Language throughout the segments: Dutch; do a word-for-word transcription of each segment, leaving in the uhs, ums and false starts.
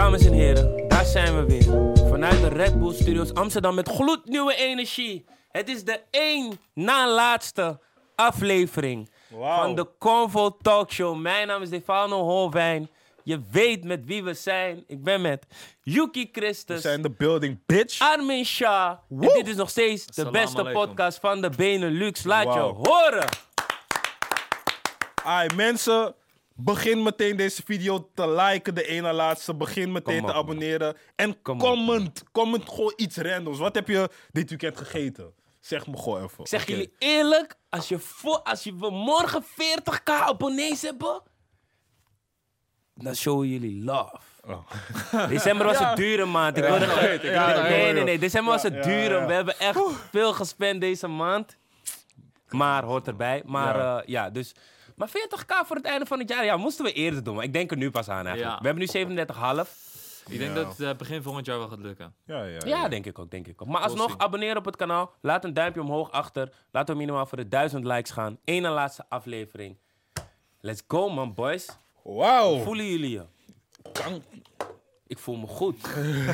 Dames en heren, daar zijn we weer. Vanuit de Red Bull Studios Amsterdam met gloednieuwe energie. Het is de één na laatste aflevering wow. van de Convo Talkshow. Mijn naam is Stefano Holwijn. Je weet met wie we zijn. Ik ben met Yuki Christus. We zijn de building, bitch. Armin Shah. En dit is nog steeds de Assalamu beste alaikum. podcast van de Benelux. Laat Wow. je horen. Ai, mensen, begin meteen deze video te liken, de ene laatste. Begin meteen Kom te op, abonneren. En Kom op, comment. Comment gewoon iets randoms. Wat heb je dit weekend gegeten? Zeg me gewoon even. Ik zeg Oké. jullie eerlijk, als, je voor, als je we morgen veertig k abonnees hebben, dan showen jullie love. Oh. December was een dure maand. Ik wilde ge- weet, ik weet het, nee, ik nee, nee. December was een ja, dure. ja. We hebben echt veel gespend deze maand. Maar hoort erbij. Maar Ja. ja, ja dus. Maar veertig k voor het einde van het jaar, ja, moesten we eerder doen. Maar ik denk er nu pas aan eigenlijk. Ja. We hebben nu zevenendertig komma vijf. Ik denk Ja. dat het uh, begin volgend jaar wel gaat lukken. Ja, ja, ja. Ja, denk ik ook, denk ik ook. Maar alsnog, zien. abonneer op het kanaal. Laat een duimpje omhoog achter. Laten we minimaal voor de duizend likes gaan. Eén en laatste aflevering. Let's go, man, boys. Wauw. Voelen jullie je? Kan- Ik voel me goed.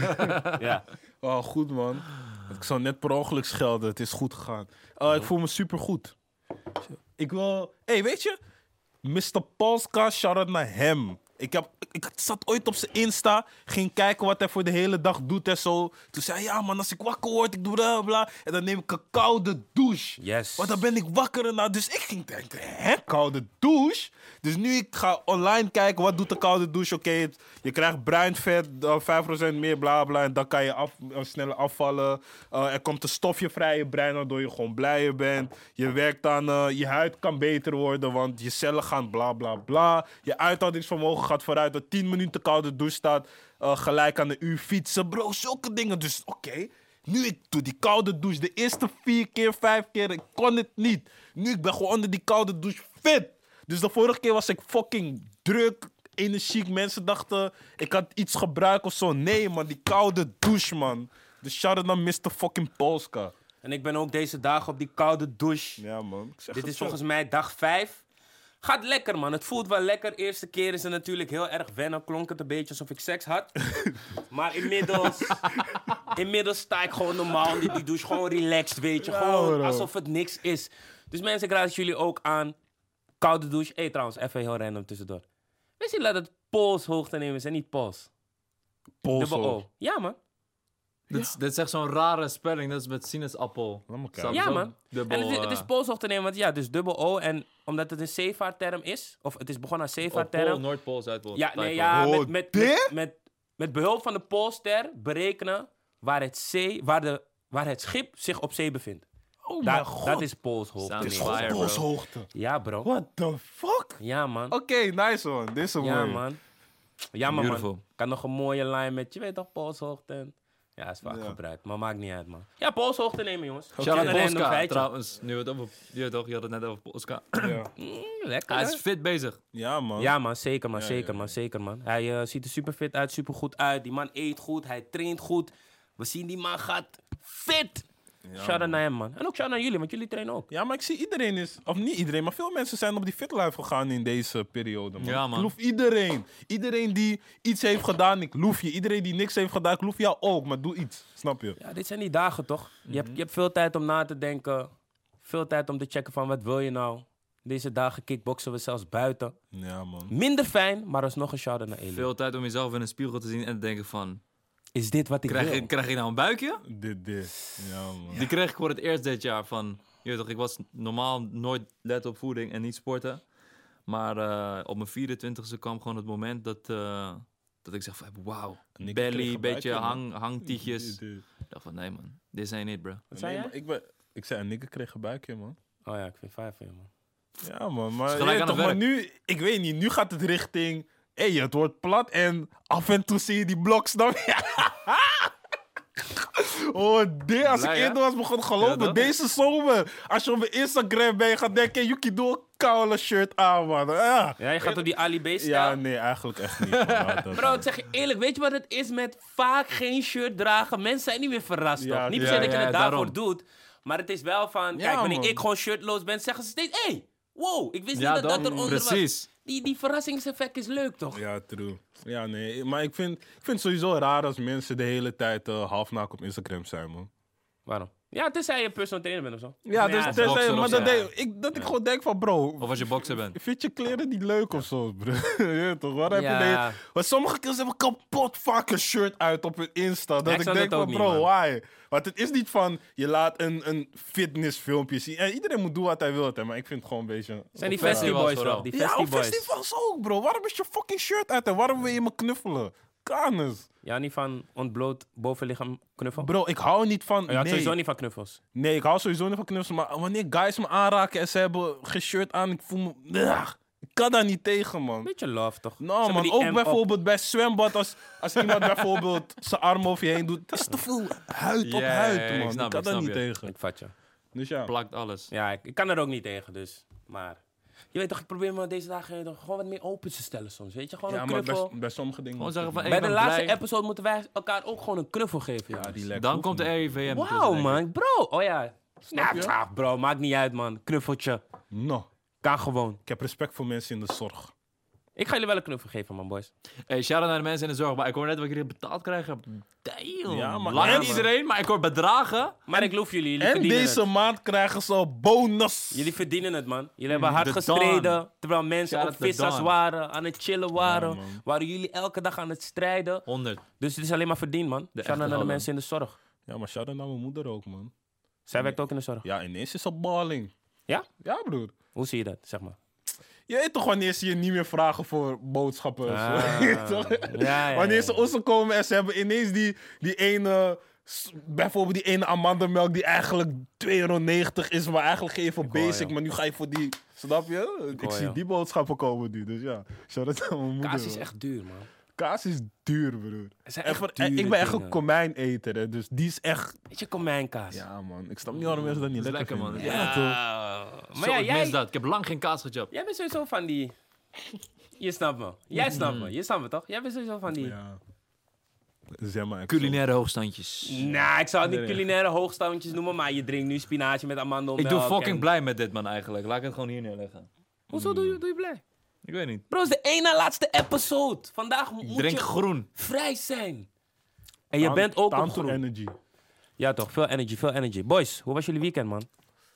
Ja. Oh, goed, man. Ik zou net per ongeluk schelden. Het is goed gegaan. Uh, ik voel me supergoed. Ik wil... Hé, hey, weet je? mister Polska, shout-out naar hem. Ik, heb, ik, ik zat ooit op zijn Insta, ging kijken wat hij voor de hele dag doet en zo. Toen zei hij, ja man, als ik wakker word, ik doe bla bla. En dan neem ik een koude douche. Yes. Want dan ben ik wakker en nou. Dus ik ging denken, hè, koude douche? Dus nu ik ga online kijken, wat doet de koude douche? Oké, het- je krijgt bruin vet, uh, vijf procent meer, bla bla. En dan kan je af, uh, sneller afvallen. Uh, er komt een stofje vrij in je brein, waardoor je gewoon blijer bent. Je werkt aan, uh, je huid kan beter worden, want je cellen gaan bla bla bla. Je uithoudingsvermogen gaat vooruit. Dat tien minuten koude douche staat uh, gelijk aan een uur fietsen. Bro, zulke dingen. Dus oké, nu ik doe die koude douche. De eerste vier keer, vijf keer, ik kon het niet. Nu ik ben gewoon onder die koude douche fit. Dus de vorige keer was ik fucking druk, energiek. Mensen dachten, ik had iets gebruikt of zo. Nee, man, die koude douche, man. Dus shout-out naar mister fucking Polska. En ik ben ook deze dagen op die koude douche. Ja, man. Ik zeg Dit het is zo. volgens mij dag vijf. Gaat lekker, man. Het voelt wel lekker. Eerste keer is het natuurlijk heel erg wennen. Klonk het een beetje alsof ik seks had. Maar inmiddels... inmiddels sta ik gewoon normaal onder die douche. Gewoon relaxed, weet je. Ja, Gewoon bro. alsof het niks is. Dus mensen, ik raad jullie ook aan. Koude douche. Hé, hey, trouwens, even heel random tussendoor. Wist je dat het polshoogte nemen is en niet pols? Dubbel Polshoog. O. Ja, man. Dit, is, dit is echt zo'n rare spelling, dat is met sinaasappel. Laat me kijken. Snap Ja, je? man. Dubbel, En het is, het is eh, polshoogte nemen, want ja, dus dubbel O. En omdat het een zeevaartterm is, of het is begonnen als oh, zeevaartterm. Pool, Noordpool, Zuidpool. Ja, nee, Zuidpool. ja, Oh, met, met, met, dit? met, met behulp van de Poolster berekenen waar het, zee, waar, de, waar het schip zich op zee bevindt. Oh Daar, mijn god. dat is Poolshoogte. Sounds Het is nemen. gewoon fire, bro. polshoogte. Ja, bro. What the fuck? Ja, man. Oké, nice one. Dit is een Ja, mooie. man. Ja, man, man. Beautiful. Kan nog een mooie lijn met, je weet toch, Poolshoogte. en- Ja, is vaak Ja. gebruikt, maar maakt niet uit, man. Ja, Poolshoogte nemen, jongens. Shout Een out random Polska, feitje. trouwens. Nu we het over... Je, weet toch, je had het net over Polska. Ja. Mm, lekker, Hij hè? is fit bezig. Ja, man. Ja, man, zeker, man, Ja, zeker, ja, ja. man, zeker, man. Hij eh, ziet er super fit uit, super goed uit. Die man eet goed, hij traint goed. We zien die man gaat fit. Shout out naar hem, man. En ook shout out naar jullie, want jullie trainen ook. Ja, maar ik zie iedereen is... Of niet iedereen, maar veel mensen zijn op die fitlife gegaan in deze periode, man. Ja, man. Ik loef iedereen. Iedereen die iets heeft gedaan, ik loef je. Iedereen die niks heeft gedaan, ik loef jou ook. Maar doe iets, snap je? Ja, dit zijn die dagen, toch? Je, hebt, je hebt veel tijd om na te denken. Veel tijd om te checken van, wat wil je nou? Deze dagen kickboksen we zelfs buiten. Ja, man. Minder fijn, maar alsnog een shout out naar Eli. Veel tijd om jezelf in een spiegel te zien en te denken van... Is dit wat ik Krijg wil? ik, krijg ik nou een buikje? Dit, dit. Ja, man. Die kreeg ik voor het eerst dit jaar van... Je weet toch, ik was normaal nooit let op voeding en niet sporten. Maar eh, op mijn vierentwintigste kwam gewoon het moment dat, eh, dat ik zeg van... Wauw, En ik kreeg belly, een beetje buikje, man. hang, hangtietjes. Dit, dit. Ik dacht van, nee man, dit zijn niet, bro. Wat zei Nee, jij? maar ik, ben, ik zei, een nigger kreeg een buikje, man. Oh ja, ik vind vijf van je, man. Ja, man. Maar, Is je gelijk weet aan toch, het maar nu, ik weet niet, nu gaat het richting... Hé, hey, het wordt plat en af en toe zie je die blok, snap je? Oh, dit, als ik Blij, hè? eerder was begonnen geloven, Ja, toch? deze zomer. Als je op mijn Instagram bent, je gaat denken, hey, Yuki, doe een koude shirt aan, man. Ja, Ja, je gaat op die Ali B-stijl. ja nee, eigenlijk echt niet. man. Laat dat Bro, gaan. ik zeg je eerlijk, weet je wat het is met vaak geen shirt dragen? Mensen zijn niet meer verrast, Ja, toch? Niet per ja, se dat je ja, het daarvoor daarom. doet. Maar het is wel van, Ja, kijk, wanneer man. ik gewoon shirtloos ben, zeggen ze steeds, hey, wow, ik wist Ja, niet dat dat dan- eronder was. precies. die, die verrassingseffect is leuk, toch? Ja, true. Ja, nee. Maar ik vind, ik vind het sowieso raar als mensen de hele tijd uh, halfnaak op Instagram zijn, man. Waarom? Ja, tenzij je personal trainer bent of zo. Ja, dus, als dus, bokser maar of dat, zo. denk- ik, dat ik gewoon denk van, bro... Of als je bokser bent. Vind je kleren niet leuk of zo, bro? Je weet toch? Waarom heb je Ja. deze... Want sommige kids hebben kapot vaak een shirt uit op hun Insta. Dat Ja, ik ik snap denk dat van, ook bro, niet, man. why? Want het is niet van, je laat een, een fitnessfilmpje zien. En iedereen moet doen wat hij wil, hè, maar ik vind het gewoon een beetje... Zijn die Op Festie festivals Boys vooral. toch? Die Ja, Festie op Boys. festivals ook, bro. Waarom is je fucking shirt uit en waarom wil je me knuffelen? Kanus. Ja, niet van ontbloot bovenlichaam knuffel? Bro, ik hou niet van... Oh, je had nee. sowieso niet van knuffels. Nee, ik hou sowieso niet van knuffels. Maar wanneer guys me aanraken en ze hebben geen shirt aan, ik voel me... Ugh, ik kan daar niet tegen, man. Beetje love, toch? Nou, Ze hebben man, die ook M op. bijvoorbeeld bij zwembad, als, als iemand bijvoorbeeld zijn arm over je heen doet, het is te veel huid op Ja, ja, huid, ja, man. ik Ik, snap, kan ik daar snap niet je. tegen. Ik vat je. Dus ja. Plakt alles. Ja, ik, ik kan er ook niet tegen, dus. Maar... Je weet toch, ik probeer me deze dagen toch gewoon wat meer open te stellen soms. Weet je, gewoon Ja, een maar knuffel. bij, bij sommige dingen... Gewoon zeggen van, Bij hey, de ik ben laatste blij. episode moeten wij elkaar ook gewoon een knuffel geven, Ja, jongens. relax. Dan hoeft komt de niet. R I V M. Wauw, man. Bro. Oh ja. Snap je? Ja, bro, maakt niet uit, man. Knuffeltje. No. Kan gewoon. Ik heb respect voor mensen in de zorg. Ik ga jullie wel een knuffel geven, man, boys. Hey, shout-out naar de mensen in de zorg. Maar ik hoor net wat jullie betaald krijgen. Damn. Ja, maar- Lang Ja, niet man. iedereen, maar ik hoor bedragen. Maar ik loof jullie. Jullie En verdienen deze het. maand krijgen ze bonus. Jullie verdienen het, man. Jullie hebben hard de gestreden. Dawn. Terwijl mensen Shout op out to vissers Dawn. waren. Aan het chillen waren. Ja, man. waren jullie elke dag aan het strijden. honderd. Dus het is alleen maar verdiend, man. De Shout out echte naar de helden. mensen in de zorg. Ja, maar shout-out naar mijn moeder ook, man. Zij werkt ook in de zorg. Ja, ineens is ze balling. Ja? Ja, broer. Hoe zie je dat, zeg maar? Je weet toch wanneer ze je niet meer vragen voor boodschappen? en zo? Ah. Je weet toch? Ja, ja, Wanneer ja. ze ons komen en ze hebben ineens die, die ene... s- Bijvoorbeeld die ene amandelmelk die eigenlijk twee euro negentig is, maar eigenlijk geef je voor Ik hoor basic. je. Maar nu ga je voor die... Snap je? Ik, hoor zie je. die boodschappen komen nu. Dus ja, shout-out aan mijn moeder. Kaas is man. echt duur, man. Kaas is duur, broer. Het zijn En echt voor- en dure ik ben echt een dingen. komijneter, hè, dus die is echt... Weet je, komijnkaas. Ja, man. Ik snap niet waarom mensen dat niet Dat is lekker, lekker, vinden. man. Ja, toch? Maar Zo, ja, ik mis jij, dat. Ik heb lang geen kaas gechapt. jij bent sowieso van die... Je snapt me. Jij snapt Mm. me. Je snapt me, toch? Jij bent sowieso van die... Ja. Zeg maar. Culinaire hoogstandjes. Nou, ik zou het niet Nee, nee. culinaire hoogstandjes noemen, maar je drinkt nu spinazie met amandelmelk. Ik doe fucking en- blij met dit, man, eigenlijk. Laat ik het gewoon hier neerleggen. Hoezo doe je, doe je blij? Ik weet niet. Bro, het is de één na laatste episode. Vandaag mo- Ik moet drink je groen. vrij zijn. En je Time- bent ook time op to groen. energy. Ja toch, veel energy, veel energy. Boys, hoe was jullie weekend, man?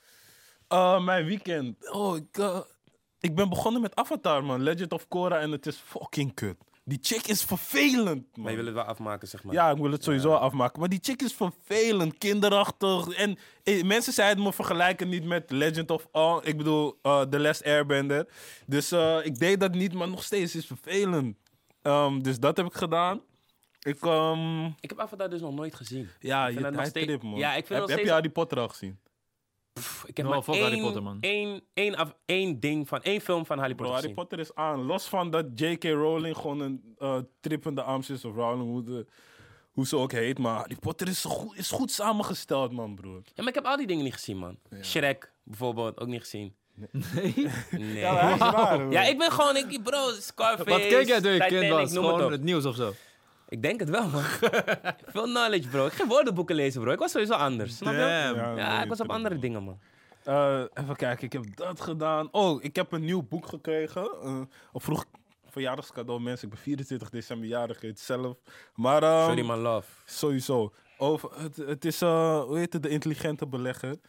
Uh, mijn weekend. Oh, ik, uh, ik ben begonnen met Avatar, man. Legend of Korra en het is fucking kut. Die chick is vervelend, man. Maar je wil het wel afmaken, zeg maar. Ja, ik wil het sowieso afmaken. Maar die chick is vervelend, kinderachtig. En eh, mensen zeiden me vergelijken niet met Legend of... Oh, ik bedoel, uh, The Last Airbender. Dus uh, ik deed dat niet, maar nog steeds is het vervelend. Um, dus dat heb ik gedaan. Ik, um, Ik heb Avatar dus nog nooit gezien. ja, vind je, dat nog hij steeds- trip, man. Ja, ik vind heb, nog heb steeds- je Harry Potter al gezien? Pff, ik heb Oh, maar fuck één, Harry Potter, man. Één, één, af, één ding van één film van Harry Bro, Potter Harry gezien. Potter is aan. Los van dat J K. Rowling gewoon een uh, trippende arms is, of Rowling, hoe, de, hoe ze ook heet. Maar Harry Potter is goed, is goed samengesteld, man, broer. Ja, maar ik heb al die dingen niet gezien, man. Shrek, bijvoorbeeld, ook niet gezien. Nee. Nee. Ja, maar hij is raar, hoor. Ja, ik ben gewoon, ik, bro, Scarface, Wat keek jij toen je kind Titanic, was? noem het Gewoon op. het nieuws of zo? Ik denk het wel, man. Veel knowledge, bro. Ik ga woordenboeken lezen, bro. Ik was sowieso anders, snap je? Damn. Ja, nee, ik was op trip, andere man. dingen, man. Uh, even kijken, ik heb dat gedaan. Oh, ik heb een nieuw boek gekregen. Uh, of vroeg verjaardagscadeau, mensen. Ik ben vierentwintig december jarig, heet zelf. Maar um, Sorry, man, love. sowieso. Over, het, het is, uh, hoe heet het, de intelligente belegger.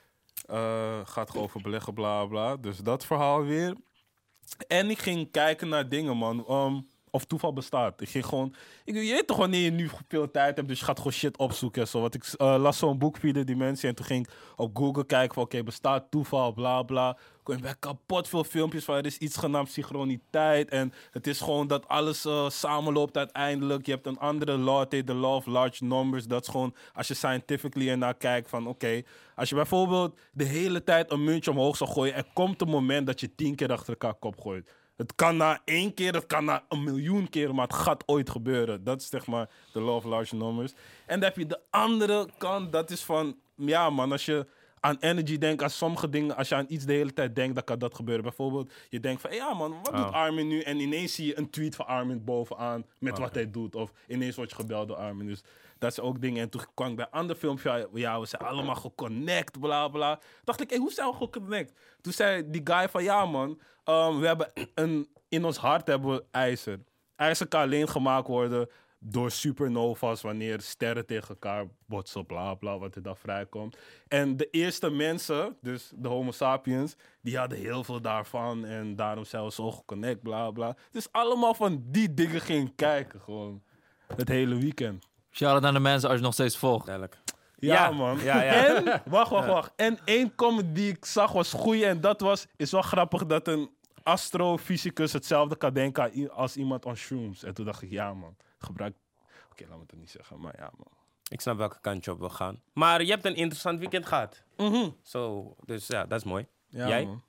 Uh, gaat gewoon over beleggen, bla bla. Dus dat verhaal weer. En ik ging kijken naar dingen, man. Um, of toeval bestaat. Ik ging gewoon... Ik, je weet toch wanneer je nu veel tijd hebt, dus je gaat gewoon shit opzoeken en zo. Want ik uh, las zo'n boek via die mensen en toen ging ik op Google kijken van oké, bestaat toeval, bla bla. Kom je bij kapot veel filmpjes van er is iets genaamd synchroniteit en het is gewoon dat alles uh, samenloopt uiteindelijk. Je hebt een andere law, het heet de law of large numbers. Dat is gewoon, als je scientifically ernaar kijkt van oké, okay, als je bijvoorbeeld de hele tijd een muntje omhoog zou gooien, er komt een moment dat je tien keer achter elkaar kop gooit. Het kan na één keer, het kan na een miljoen keer, maar het gaat ooit gebeuren. Dat is zeg maar de law of large numbers. En dan heb je de andere kant, dat is van, ja man, als je aan energy denk, aan sommige dingen, als je aan iets de hele tijd denkt, dan kan dat gebeuren. Bijvoorbeeld, je denkt van, hey, ja man, wat Oh. doet Armin nu? En ineens zie je een tweet van Armin bovenaan met Oké. wat hij doet. Of ineens word je gebeld door Armin. Dus dat is ook dingen. En toen kwam ik bij een ander filmpje, ja, we zijn allemaal geconnect, bla bla. Dacht ik, hey, hoe zijn we geconnect? Toen zei die guy van, ja man, um, we hebben een, in ons hart hebben we ijzer. IJzer kan alleen gemaakt worden door supernovas, wanneer sterren tegen elkaar botsen, bla bla, wat er dan vrijkomt. En de eerste mensen, dus de Homo sapiens, die hadden heel veel daarvan en daarom zijn we zo geconnect, bla bla. Dus allemaal van die dingen ging kijken, gewoon. Het hele weekend. Shout-out naar de mensen als je nog steeds volgt. Duidelijk. Ja, Ja, man. ja, ja. En, wacht, wacht, wacht. En één comment die ik zag was goeie en dat was, is wel grappig dat een astrofysicus hetzelfde kan denken aan i- als iemand on shrooms. En toen dacht ik, ja man, gebruik... Oké, laat me het niet zeggen, maar ja man. Ik snap welke kant je op wil gaan. Maar je hebt een interessant weekend gehad. Mhm. Zo, dus ja, dat is mooi. Ja, Jij? man.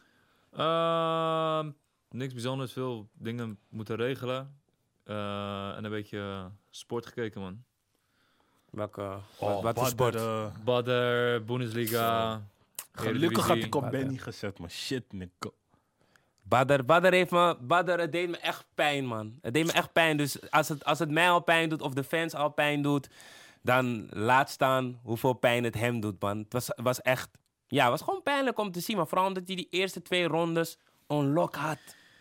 Ehm, niks bijzonders, veel dingen moeten regelen. Eh, en een beetje sport gekeken, man. Welke, wat, Oh, wat voor sport? Badr, eh, Badder, Bundesliga. gelukkig had Eredivisie. ik op Badr. Benny gezet, maar shit, Nico. Badr, Badr heeft me... Badr, het deed me echt pijn, man. Het deed me echt pijn. Dus als het, als het mij al pijn doet of de fans al pijn doet, dan laat staan hoeveel pijn het hem doet, man. Het was, was echt... Ja, het was gewoon pijnlijk om te zien, maar vooral omdat hij die eerste twee rondes onlock had.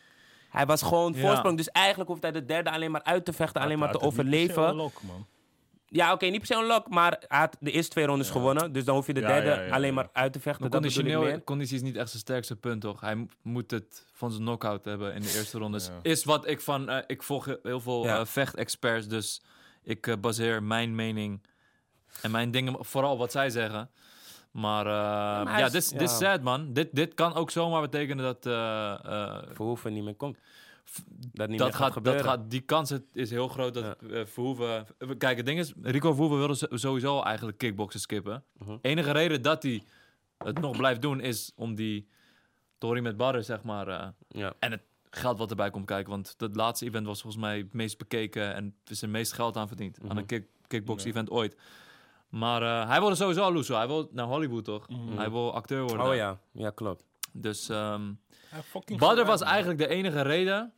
Hij was gewoon Ja. voorsprong. Dus eigenlijk hoeft hij de derde alleen maar uit te vechten, alleen maar te Had het niet per se overleven. unlock, man. Ja, oké, niet per se een lock, maar hij had de eerste twee rondes gewonnen. Dus dan hoef je de Ja, derde ja, ja, alleen ja. maar uit te vechten. Maar Dat bedoel ik conditioneel, meer. conditie is niet echt zijn sterkste punt, toch? Hij mo- moet het van zijn knockout hebben in de eerste rondes. Ja. Is wat ik van... eh, ik volg heel veel Ja. eh, vechtexperts, dus ik eh, baseer mijn mening en mijn dingen vooral wat zij zeggen. Maar, eh, maar hij ja, is- dit is- ja. dit is sad, man. Dit, dit kan ook zomaar betekenen dat... eh, eh, Verhoeven niet meer komt. Dat niet dat meer gaat, gaat, gebeuren. dat gaat, die kans het is heel groot dat eh, Verhoeven... Kijk, het ding is, Rico Verhoeven wilde zo- sowieso al eigenlijk kickboksen skippen. Mhm. Enige reden dat hij het nog blijft doen is om die Tory met Badr, zeg maar... eh, Ja. en het geld wat erbij komt kijken. Want dat laatste event was volgens mij het meest bekeken en er is het meest geld aan verdiend. Mhm. Aan een kick, kickbox event ooit. Maar eh, hij wilde sowieso al loeso. Hij wil naar Hollywood, toch? Hij wil acteur worden. Oh ja, ja klopt. Dus ehm Hij fucking Badr gelijk, was man. eigenlijk de enige reden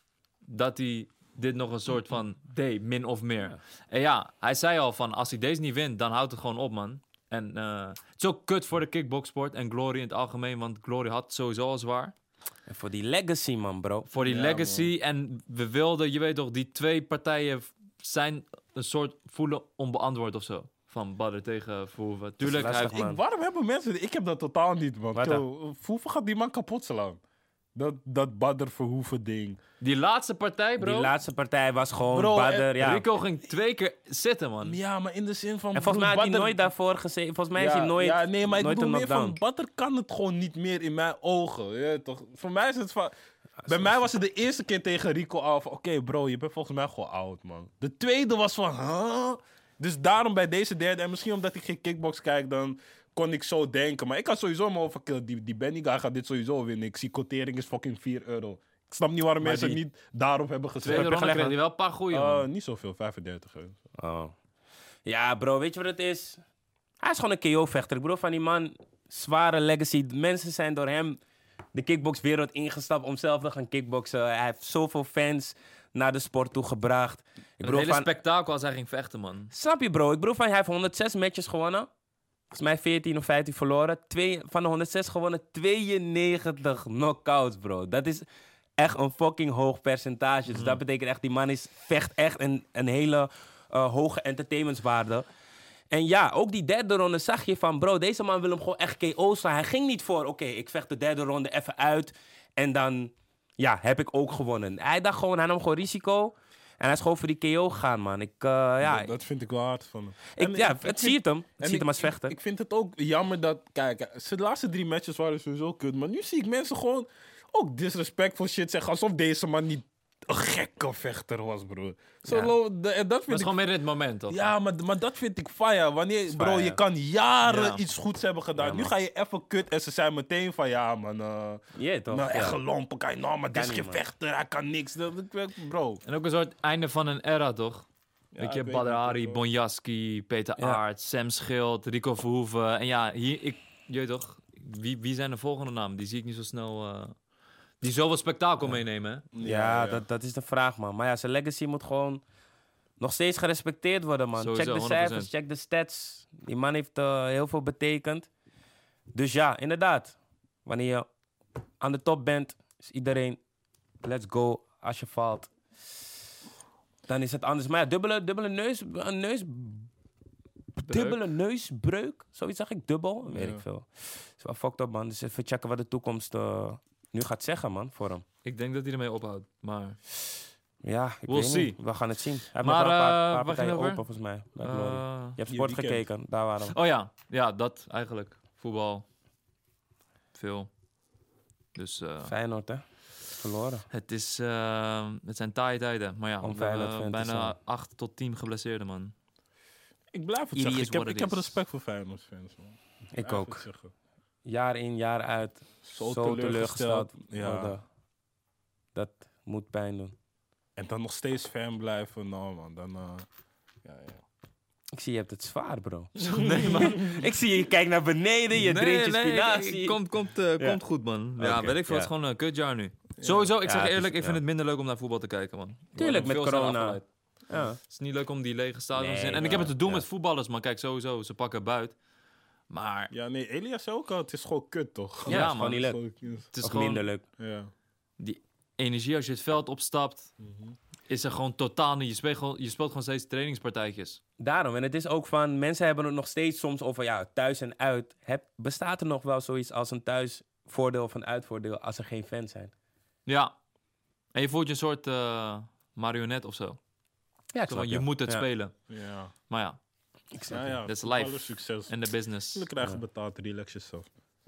dat hij dit nog een soort van deed, min of meer. Ja. En ja, hij zei al van, als hij deze niet wint, dan houdt het gewoon op, man. En eh, het is ook kut voor de kickboxsport en Glory in het algemeen, want Glory had het sowieso al zwaar. En voor die legacy, man, bro. Voor die Ja, legacy. En we wilden, je weet toch, die twee partijen zijn een soort voelen onbeantwoord of zo. Van Badr tegen Verhoeven. Tuurlijk, hij lastig, heeft, man. Ik, waarom hebben mensen... Ik heb dat totaal niet, man. Wat Yo, Hoeveel gaat die man kapot slaan? Dat, dat Badr Verhoeven ding. die laatste partij, bro. Die laatste partij was gewoon Bro, Badr, en ja. Rico ging twee keer zitten, man. Ja, maar in de zin van... En volgens mij had broer, hij Badr- nooit daarvoor gezeten. Volgens mij is ja, hij nooit, ja, nee, maar ik nooit bedoel een meer van... knockdown. Badr kan het gewoon niet meer in mijn ogen. Ja, toch? Voor mij is het van... Bij mij was het de eerste keer tegen Rico al van... Oké, bro, je bent volgens mij gewoon oud, man. De tweede was van... Huh? Dus daarom bij deze derde... En misschien omdat ik geen kickbox kijk, dan kon ik zo denken. Maar ik had sowieso me overkill. Die, die Benny guy gaat dit sowieso winnen. Ik zie quotering is fucking vier euro. Ik snap niet waarom Maar mensen die- niet daarop hebben gezet. Tweede ronde gelegd, kreeg hij man. wel een paar goeie, Uh, man. niet zoveel, vijfendertig euro. Oh. Ja, bro, weet je wat het is? Hij is gewoon een K O-vechter. Ik bedoel, van die man, zware legacy. Mensen zijn door hem de kickboxwereld ingestapt om zelf te gaan kickboksen. Hij heeft zoveel fans naar de sport toe gebracht. Ik Het bedoel, hele van, spektakel als hij ging vechten, man. snap je, bro? Ik bedoel, van, hij heeft honderdzes matches gewonnen. Volgens mij veertien of vijftien verloren. Twee, van de honderdzes gewonnen, tweeënnegentig knockouts, bro. Dat is echt een fucking hoog percentage. Dus dat betekent echt, die man is, vecht echt een, een hele eh, hoge entertainmentswaarde. En ja, ook die derde ronde zag je van, bro, deze man wil hem gewoon echt K O slaan. Hij ging niet voor, oké, ik vecht de derde ronde even uit. En dan, ja, heb ik ook gewonnen. Hij dacht gewoon, hij nam gewoon risico. En hij is gewoon voor die K O gegaan, man. Ik, eh, ja, dat, dat vind ik wel hard van hem. ik, En ja, ik- ik het vind- ziet hem. Het En ziet ik- hem als vechter. Ik, ik vind het ook jammer dat... Kijk, zijn laatste drie matches waren sowieso kut. Maar nu zie ik mensen gewoon ook disrespectful shit zeggen. Alsof deze man niet een gekke vechter was, bro. Zo Ja. lo- de- en dat Dat is vind ik... gewoon meer dit moment, toch? Ja, maar, maar dat vind ik fire. Wanneer, bro, fire. je kan jaren Ja. iets goeds hebben gedaan. Ja, nu man. ga je even kut en ze zijn meteen van... Ja, man, eh Ja, toch? nou, echt Ja. gelompen. Kan je, nou, maar dit is Kan geen niet, man. vechter. Hij kan niks. Dat, ik- bro. En ook een soort einde van een era, toch? Ja, Weet je, ik weet Badr niet, Hari, ik, uh, Bonjaski, Peter Ja. Aert, Sam Schild, Rico Verhoeven. En ja, hier, ik, je weet toch, wie, wie zijn de volgende namen? Die zie ik niet zo snel, uh, die zoveel spektakel meenemen, hè? Ja, Dat, dat is de vraag, man. Maar ja, zijn legacy moet gewoon nog steeds gerespecteerd worden, man. Sowieso, check de honderd procent. cijfers, check de stats. Die man heeft uh, heel veel betekend. Dus ja, inderdaad. Wanneer je aan de top bent, is iedereen let's go. Als je valt, dan is het anders. Maar ja, dubbele, dubbele neus, een neus, dubbele neusbreuk. Zoiets zeg ik, dubbel, weet Ja. ik veel. Is wel fucked up, man. Dus even checken wat de toekomst uh, nu gaat zeggen, man, voor hem. Ik denk dat hij ermee ophoudt, maar... Ja, ik We'll weet see. niet. We gaan het zien. Hij heeft Maar, nog wel een paar, uh, paar waar ging partijen het open, over? volgens mij. Bij Glory. Uh, Je hebt Je sport weekend. gekeken, daar waren we. oh ja, ja, dat eigenlijk. Voetbal. Veel. Dus uh, Feyenoord, hè? Verloren. het, is, uh, het zijn taaie tijden. Maar ja, Om we hebben Feyenoord-fan te bijna zijn. acht tot tien geblesseerden, man. Ik blijf het It zeggen. is Ik heb, what ik it heb is. respect voor Feyenoord-fans, man. Ik Blijf ook. het zeggen. Jaar in, jaar uit. Zo, Zo teleurgesteld. teleurgesteld Ja. worden. Dat moet pijn doen. En dan nog steeds fan blijven. Nou, man. Dan... Uh, ja, ja. Ik zie, je hebt het zwaar, bro. Nee, man. Ik zie je kijkt naar beneden, je drinkt je spinazie. Komt, komt, uh, Ja. komt goed, man. Ja, Oké, weet ik veel. ja. Het is gewoon een kutjaar nu. Sowieso, ik Ja, zeg het je is- eerlijk, ik ja. vind het minder leuk om naar voetbal te kijken, man. Tuurlijk, met Veel zijn corona. afgeleid. Ja. Het is niet leuk om die lege stadions te Nee, zien. En ik ja, heb het te doen ja. met voetballers, man. Kijk, sowieso, ze pakken buit. Maar Ja, nee, Elias zei ook al. Het is gewoon kut, toch? Ja, Ja, is man. gewoon niet leuk. Gewoon- het is Of gewoon minder leuk. Ja. die energie als je het veld opstapt, Mhm. is er gewoon totaal niet. Je speelt gewoon, je speelt gewoon steeds trainingspartijtjes. Daarom. En het is ook van, mensen hebben het nog steeds soms over, ja, thuis en uit. Heb, bestaat er nog wel zoiets als een thuisvoordeel of een uitvoordeel als er geen fans zijn? Ja. En je voelt je een soort uh, marionet of zo. Ja, ik Zo van, je moet het ja. spelen. Ja. Maar ja, Ik snap Ja, je. ja. That's Alle life. succes. en de business. We krijgen Ja. betaald. Relax jezelf.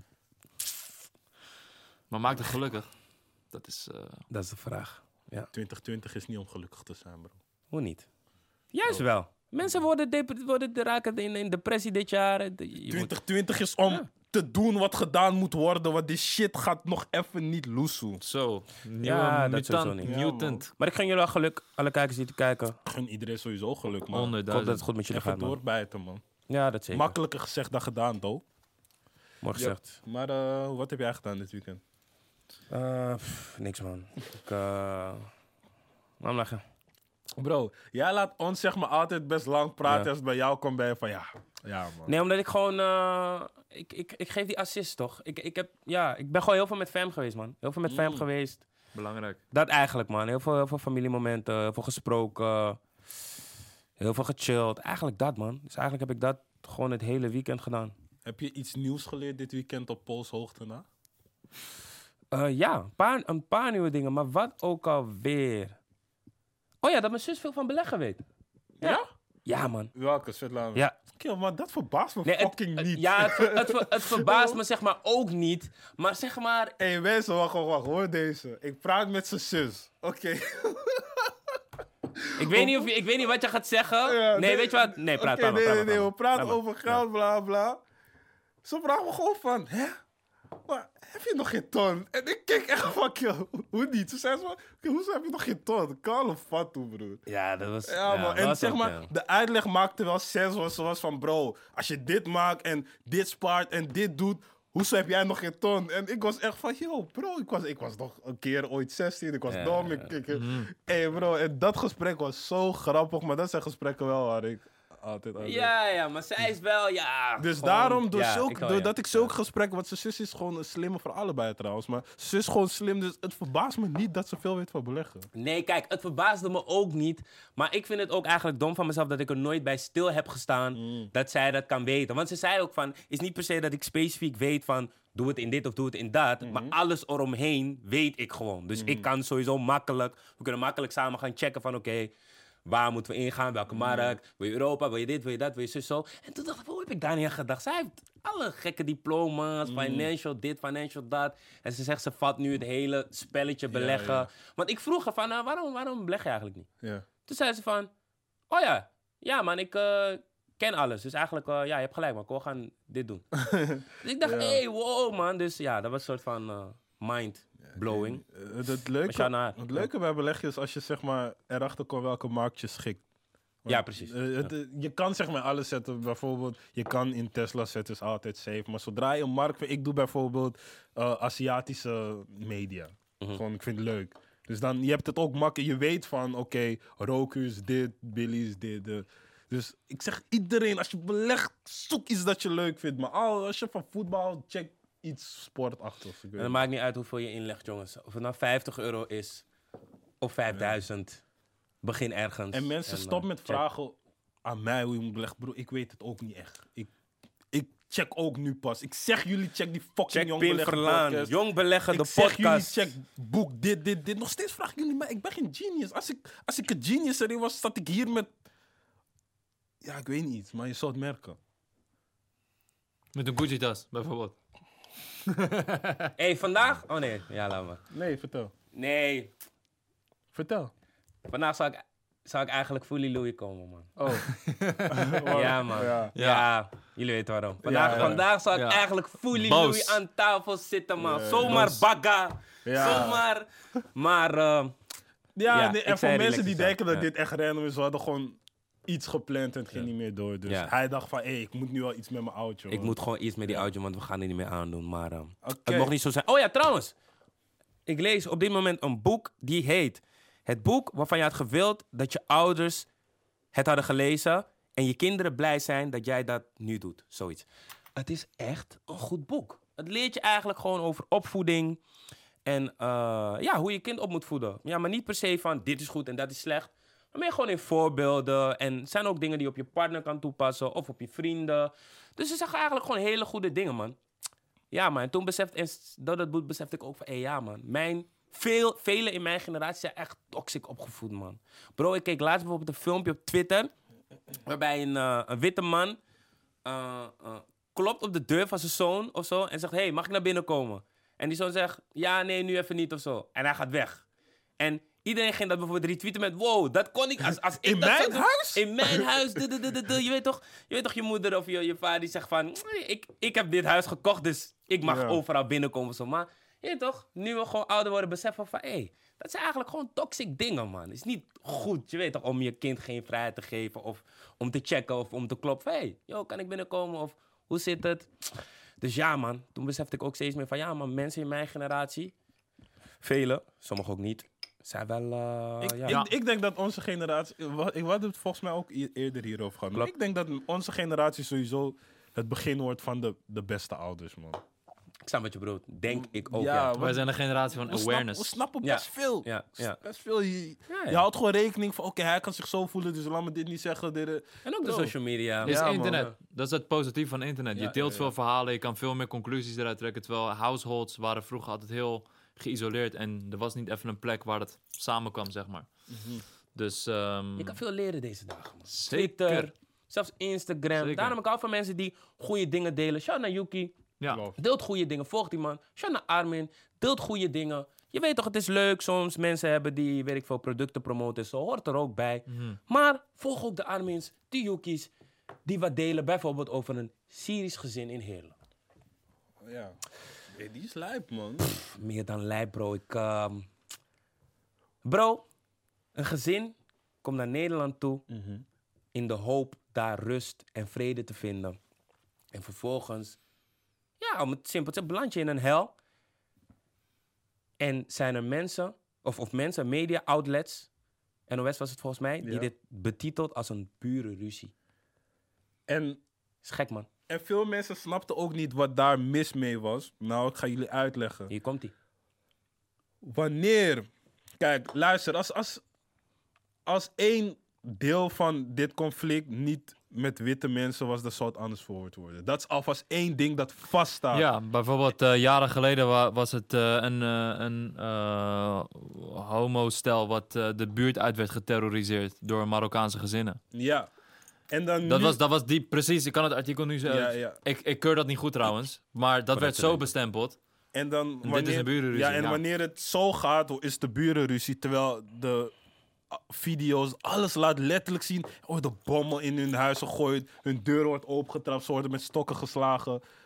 Maar maakt het gelukkig. Dat is... uh, Dat is de vraag. twintig twintig is niet om gelukkig te zijn, bro. Hoe niet? Juist Oh. wel. Mensen worden, dep- worden raken in, in depressie dit jaar. Je moet- twintig twintig is om Ja. te doen wat gedaan moet worden, want die shit gaat nog even niet loesoe. zo. Nieuwe Ja, dat sowieso mutant. niet. Ja, mutant. Maar ik gun jullie wel geluk, alle kijkers die te kijken. Gun iedereen sowieso geluk, man. Ik hoop dat het honderdduizend. goed met jullie Even gaat, man. doorbijten, man. Ja, dat zeker. Makkelijker gezegd dan gedaan, toch? Mooi Ja. gezegd. Maar eh, wat heb jij gedaan dit weekend? Eh, pff, niks, man. Ik, uh... Laat lachen. Bro, jij laat ons zeg maar altijd best lang praten. Ja. Als het bij jou komt, ben je van ja. Ja, man. Nee, omdat ik gewoon... eh, ik, ik, ik geef die assist, toch? Ik, ik, heb, ja, ik ben gewoon heel veel met fam geweest, man. Heel veel met fam Mm. geweest. Belangrijk. Dat eigenlijk, man. Heel veel, heel veel familiemomenten, heel veel gesproken. Heel veel gechilled. Eigenlijk dat, man. Dus eigenlijk heb ik dat gewoon het hele weekend gedaan. Heb je iets nieuws geleerd dit weekend op polshoogte na? Eh, ja, een paar, een paar nieuwe dingen. Maar wat ook alweer. Oh ja, dat mijn zus veel van beleggen weet. Ja? Ja, man. Welke, Svetlana? Ja. Kill, maar dat verbaast me Nee, het- fucking het- niet. Ja, het, ver- het, ver- het verbaast me zeg maar ook niet. Maar zeg maar... Hé, hey, mensen, wacht, wacht, wacht. Hoor deze. Ik praat met zijn zus. Oké. Ik weet, niet of je, ik weet niet wat je gaat zeggen. Ja, nee, weet je wat? Nee, praat Oké, praat maar, nee, praat nee, maar, nee. We praat praten maar. over geld, bla, bla. Ze vragen me gewoon van, hè? Maar heb je nog geen ton? En ik kijk echt van, joh, hoe niet? Ze zei zo, oké, hoezo heb je nog geen ton? Kan of wat toe, broer? Ja, dat was... Ja, man. dat En was zeg ook, maar, ja. de uitleg maakte wel sens. Was, zoals van, bro, als je dit maakt en dit spaart en dit doet, hoezo heb jij nog geen ton? En ik was echt van, yo, bro, ik was, ik was nog een keer ooit zestien. Ik was Ja, dom. ja, Ik, ik, Mhm. hey, bro, en dat gesprek was zo grappig. Maar dat zijn gesprekken wel waar ik altijd aan denk. Ja, ja, maar zij is wel, ja... Dus gewoon- daarom, door ja, zulk, ik wel, doordat ja. ik zulke gesprekken... Want zijn zus is gewoon een slimme voor allebei trouwens. Maar zijn zus is gewoon slim, dus het verbaast me niet dat ze veel weet van beleggen. Nee, kijk, het verbaasde me ook niet. Maar ik vind het ook eigenlijk dom van mezelf dat ik er nooit bij stil heb gestaan Mm. dat zij dat kan weten. Want ze zei ook van, is niet per se dat ik specifiek weet van, doe het in dit of doe het in dat. Mhm. Maar alles eromheen weet ik gewoon. Dus ik kan sowieso makkelijk, we kunnen makkelijk samen gaan checken van, oké, waar moeten we ingaan? Welke markt? Wil je Europa? Wil je dit? Wil je dat? Wil je zus zo? En toen dacht ik, hoe heb ik daar niet aan gedacht? Zij heeft alle gekke diploma's, financial dit, financial dat. En ze zegt, ze vat nu het hele spelletje beleggen. ja. Want ik vroeg haar van, nou, waarom, waarom beleg je eigenlijk niet? Ja. Toen zei ze van, oh ja, ja man, ik eh, ken alles. Dus eigenlijk, eh, ja, je hebt gelijk man, we gaan dit doen. Dus ik dacht, Ja. hey, wow man. Dus ja, dat was een soort van eh, mind-blowing. Eh, Het, het, Maar shout leuke, naar haar. het leuke bij beleggen is als je zeg maar erachter komt welke markt je schikt. Ja, precies. Uh, het, uh, je kan zeg maar alles zetten. Bijvoorbeeld, je kan in Tesla zetten, is altijd safe. Maar zodra je een markt vindt, ik doe bijvoorbeeld uh, Aziatische media. Mm-hmm. Gewoon, ik vind het leuk. Dus dan, je hebt het ook makkelijk. Je weet van, oké, okay, Roku is dit, Billy is dit. Uh. Dus ik zeg iedereen, als je belegt, zoek iets dat je leuk vindt. Maar als je van voetbal, check iets sportachtigs. En het maakt niet uit hoeveel je inlegt, jongens. Of het nou vijftig euro is of vijfduizend. Ja. Begin ergens. En mensen, en, stop met check. vragen aan mij hoe je moet beleggen. Bro, ik weet het ook niet echt. Ik, ik check ook nu pas. Ik zeg jullie, check die fucking check Jong Pim Beleggen Verlaan. podcast. Jong Beleggen, de ik podcast. Ik zeg jullie, check boek, dit, dit, dit. Nog steeds vragen jullie mij. Ik ben geen genius. Als ik, als ik een genius erin was, zat ik hier met... Ja, ik weet niet, maar je zou het merken. Met een Gucci-tas, bijvoorbeeld. Hé, hey, vandaag... Oh nee, ja, laat maar. Nee, vertel. Nee. Vertel. Vandaag zou ik, zou ik eigenlijk Fully Louis komen, man. Oh. Ja, man. Ja. Ja. ja, jullie weten waarom. Vandaag, ja, ja. vandaag zou ik ja. eigenlijk Fully Boos. Louis aan tafel zitten, man. Ja, zomaar boos. bagga. Ja. Zomaar... Maar... Uh, ja, ja nee, en voor mensen die denken dat ja. dit echt random is, we hadden gewoon iets gepland en het ging ja. niet meer door. Dus ja. hij dacht van, hé, hey, ik moet nu wel iets met mijn audio. Ik moet gewoon iets met die audio, want we gaan er niet meer aandoen. Maar uh, okay. het mocht niet zo zijn. Oh ja, trouwens. Ik lees op dit moment een boek die heet... Het boek waarvan je had gewild dat je ouders het hadden gelezen... en je kinderen blij zijn dat jij dat nu doet. Zoiets. Het is echt een goed boek. Het leert je eigenlijk gewoon over opvoeding... en uh, ja, hoe je kind op moet voeden. Ja, maar niet per se van dit is goed en dat is slecht... Maar meer gewoon in voorbeelden. En het zijn ook dingen die je op je partner kan toepassen. Of op je vrienden. Dus ze zeggen eigenlijk gewoon hele goede dingen, man. Ja, man. En toen besefte, en door dat boek besefte ik ook van... Hé, hey, ja, man. Mijn, veel, velen in mijn generatie zijn echt toxic opgevoed, man. Bro, ik keek laatst bijvoorbeeld een filmpje op Twitter... waarbij een, uh, een witte man... Uh, uh, klopt op de deur van zijn zoon of zo... en zegt, hé, hey, mag ik naar binnen komen? En die zoon zegt, ja, nee, nu even niet of zo. En hij gaat weg. En... Iedereen ging dat bijvoorbeeld retweeten met... Wow, dat kon ik als, als ik in dat mijn zou huis? Doen, in mijn huis? Du, du, du, du, du. Je, weet toch, je weet toch je moeder of je, je vader die zegt van... Ik, ik heb dit huis gekocht, dus ik mag ja. overal binnenkomen. Zo. Maar je weet toch, nu we gewoon ouder worden... beseffen van... Hé, hey, dat zijn eigenlijk gewoon toxic dingen, man. Het is niet goed, je weet toch... om je kind geen vrijheid te geven... of om te checken of om te kloppen. Hé, hey, yo, kan ik binnenkomen? Of hoe zit het? Dus ja, man. Toen besefte ik ook steeds meer van... Ja, man, mensen in mijn generatie... Velen, sommigen ook niet... zijn wel... Uh, ik, ja. ik, ik denk dat onze generatie... Ik had het volgens mij ook eerder hierover gehad. Maar ik denk dat onze generatie sowieso het begin wordt van de, de beste ouders, man. Ik snap wat je bedoelt. Denk ik ook, ja. ja. Wij zijn een generatie van we awareness. Snap, we snappen best ja. veel. Ja, ja. Best veel. Je, ja, ja. je houdt gewoon rekening van... Oké, okay, hij kan zich zo voelen, dus laat me dit niet zeggen. Dit, en ook de social media. Is ja, internet. Man. Dat is het positief van internet. Ja, je deelt ja, veel ja. verhalen. Je kan veel meer conclusies eruit trekken. Terwijl households waren vroeger altijd heel... geïsoleerd en er was niet even een plek waar het samenkwam, zeg maar. Mm-hmm. Dus... Um, je kan veel leren deze dagen, man. Zeker. Twitter, zelfs Instagram. Zeker. Daarom heb ik al van mensen die goede dingen delen. Shout naar Yuki. Ja. Deelt goede dingen. Volg die man. Shout naar Armin. Deelt goede dingen. Je weet toch, het is leuk soms mensen hebben die, weet ik veel, producten promoten. Zo hoort er ook bij. Mm-hmm. Maar volg ook de Armins, de Yuki's, die wat delen. Bijvoorbeeld over een Syrisch gezin in Heerlen. Ja. Hey, die is lijp, man. Pff, meer dan lijp, bro. Ik, uh... Bro, een gezin komt naar Nederland toe... Mm-hmm. in de hoop daar rust en vrede te vinden. En vervolgens... Ja, om het simpel te zeggen, beland je in een hel. En zijn er mensen... Of, of mensen, media, outlets... N O S was het volgens mij... die ja. dit betitelt als een pure ruzie. En... Is gek, man. En veel mensen snapten ook niet wat daar mis mee was. Nou, ik ga jullie uitleggen. Hier komt-ie. Wanneer... Kijk, luister. Als, als, als één deel van dit conflict niet met witte mensen was, dan zou het anders verwoord worden. Dat is alvast één ding dat vaststaat. Ja, bijvoorbeeld uh, jaren geleden wa- was het uh, een, uh, een uh, homo-stel wat uh, de buurt uit werd geterroriseerd door Marokkaanse gezinnen. Ja. En dan dat, nu... was, dat was die, precies, ik kan het artikel nu zeggen. Ja, ja. Ik, ik keur dat niet goed trouwens, maar dat werd zo bestempeld. En dan en wanneer, dit is een burenruzie. Ja, en ja. wanneer het zo gaat, is de burenruzie, terwijl de video's, alles laat letterlijk zien. Oh, de bommen in hun huis gegooid, hun deur wordt opengetrapt, ze worden met stokken geslagen.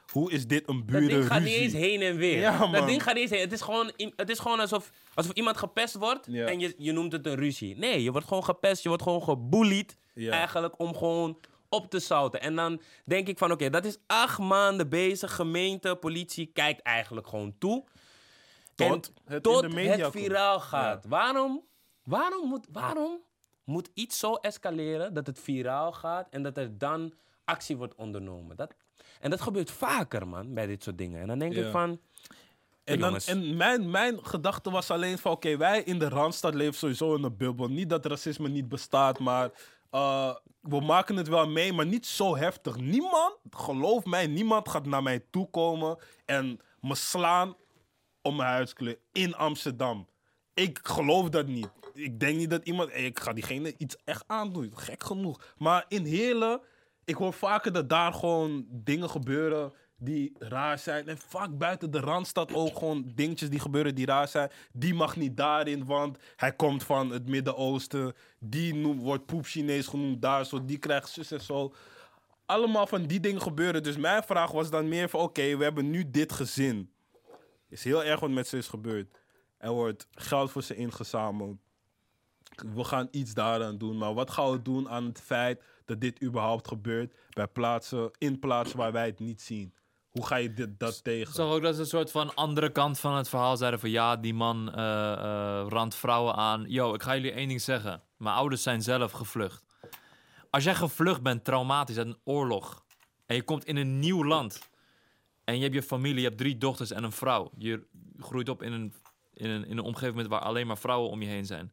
hoe is dit een Dat burenruzie? ding gaat niet eens heen en weer. Ja, dat man. ding gaat niet eens heen. Het is gewoon, het is gewoon alsof, alsof iemand gepest wordt Ja. en je, je noemt het een ruzie. Nee, je wordt gewoon gepest, je wordt gewoon gebullied. Ja. Eigenlijk om gewoon op te zouten. En dan denk ik van, oké, dat is acht maanden bezig. Gemeente, politie kijkt eigenlijk gewoon toe. Tot En het in tot de media het komt. viraal gaat. Waarom, waarom, moet, waarom moet iets zo escaleren dat het viraal gaat en dat er dan actie wordt ondernomen? Dat, en dat gebeurt vaker, man, bij dit soort dingen. En dan denk Ja. ik van... En, Hey, dan, jongens. en mijn, mijn gedachte was alleen van... Oké, wij in de Randstad leven sowieso in een bubbel. Niet dat racisme niet bestaat, maar... uh, we maken het wel mee, maar niet zo heftig. Niemand, geloof mij, niemand gaat naar mij toe komen... en me slaan om mijn huidskleur in Amsterdam. Ik geloof dat niet. Ik denk niet dat iemand... Hey, ik ga diegene iets echt aandoen. Gek genoeg. Maar in Heerlen... Ik hoor vaker dat daar gewoon dingen gebeuren die raar zijn. En vaak buiten de Randstad ook gewoon dingetjes die gebeuren die raar zijn. Die mag niet daarin, want hij komt van het Midden-Oosten. Die noem, wordt poep Chinees genoemd daar zo. Die krijgt zus en zo. Allemaal van die dingen gebeuren. Dus mijn vraag was dan meer van... Oké, we hebben nu dit gezin. Is heel erg wat met ze is gebeurd. Er wordt geld voor ze ingezameld. We gaan iets daaraan doen. Maar wat gaan we doen aan het feit dat dit überhaupt gebeurt bij plaatsen, in plaatsen waar wij het niet zien? Hoe ga je dit, dat tegen? Ik zag ook dat ze een soort van andere kant van het verhaal zeiden van ja, die man eh eh randt vrouwen aan. Yo, ik ga jullie één ding zeggen. Mijn ouders zijn zelf gevlucht. Als jij gevlucht bent, traumatisch, uit een oorlog. En je komt in een nieuw land. En je hebt je familie, je hebt drie dochters en een vrouw. Je groeit op in een, in een, in een omgeving met waar alleen maar vrouwen om je heen zijn.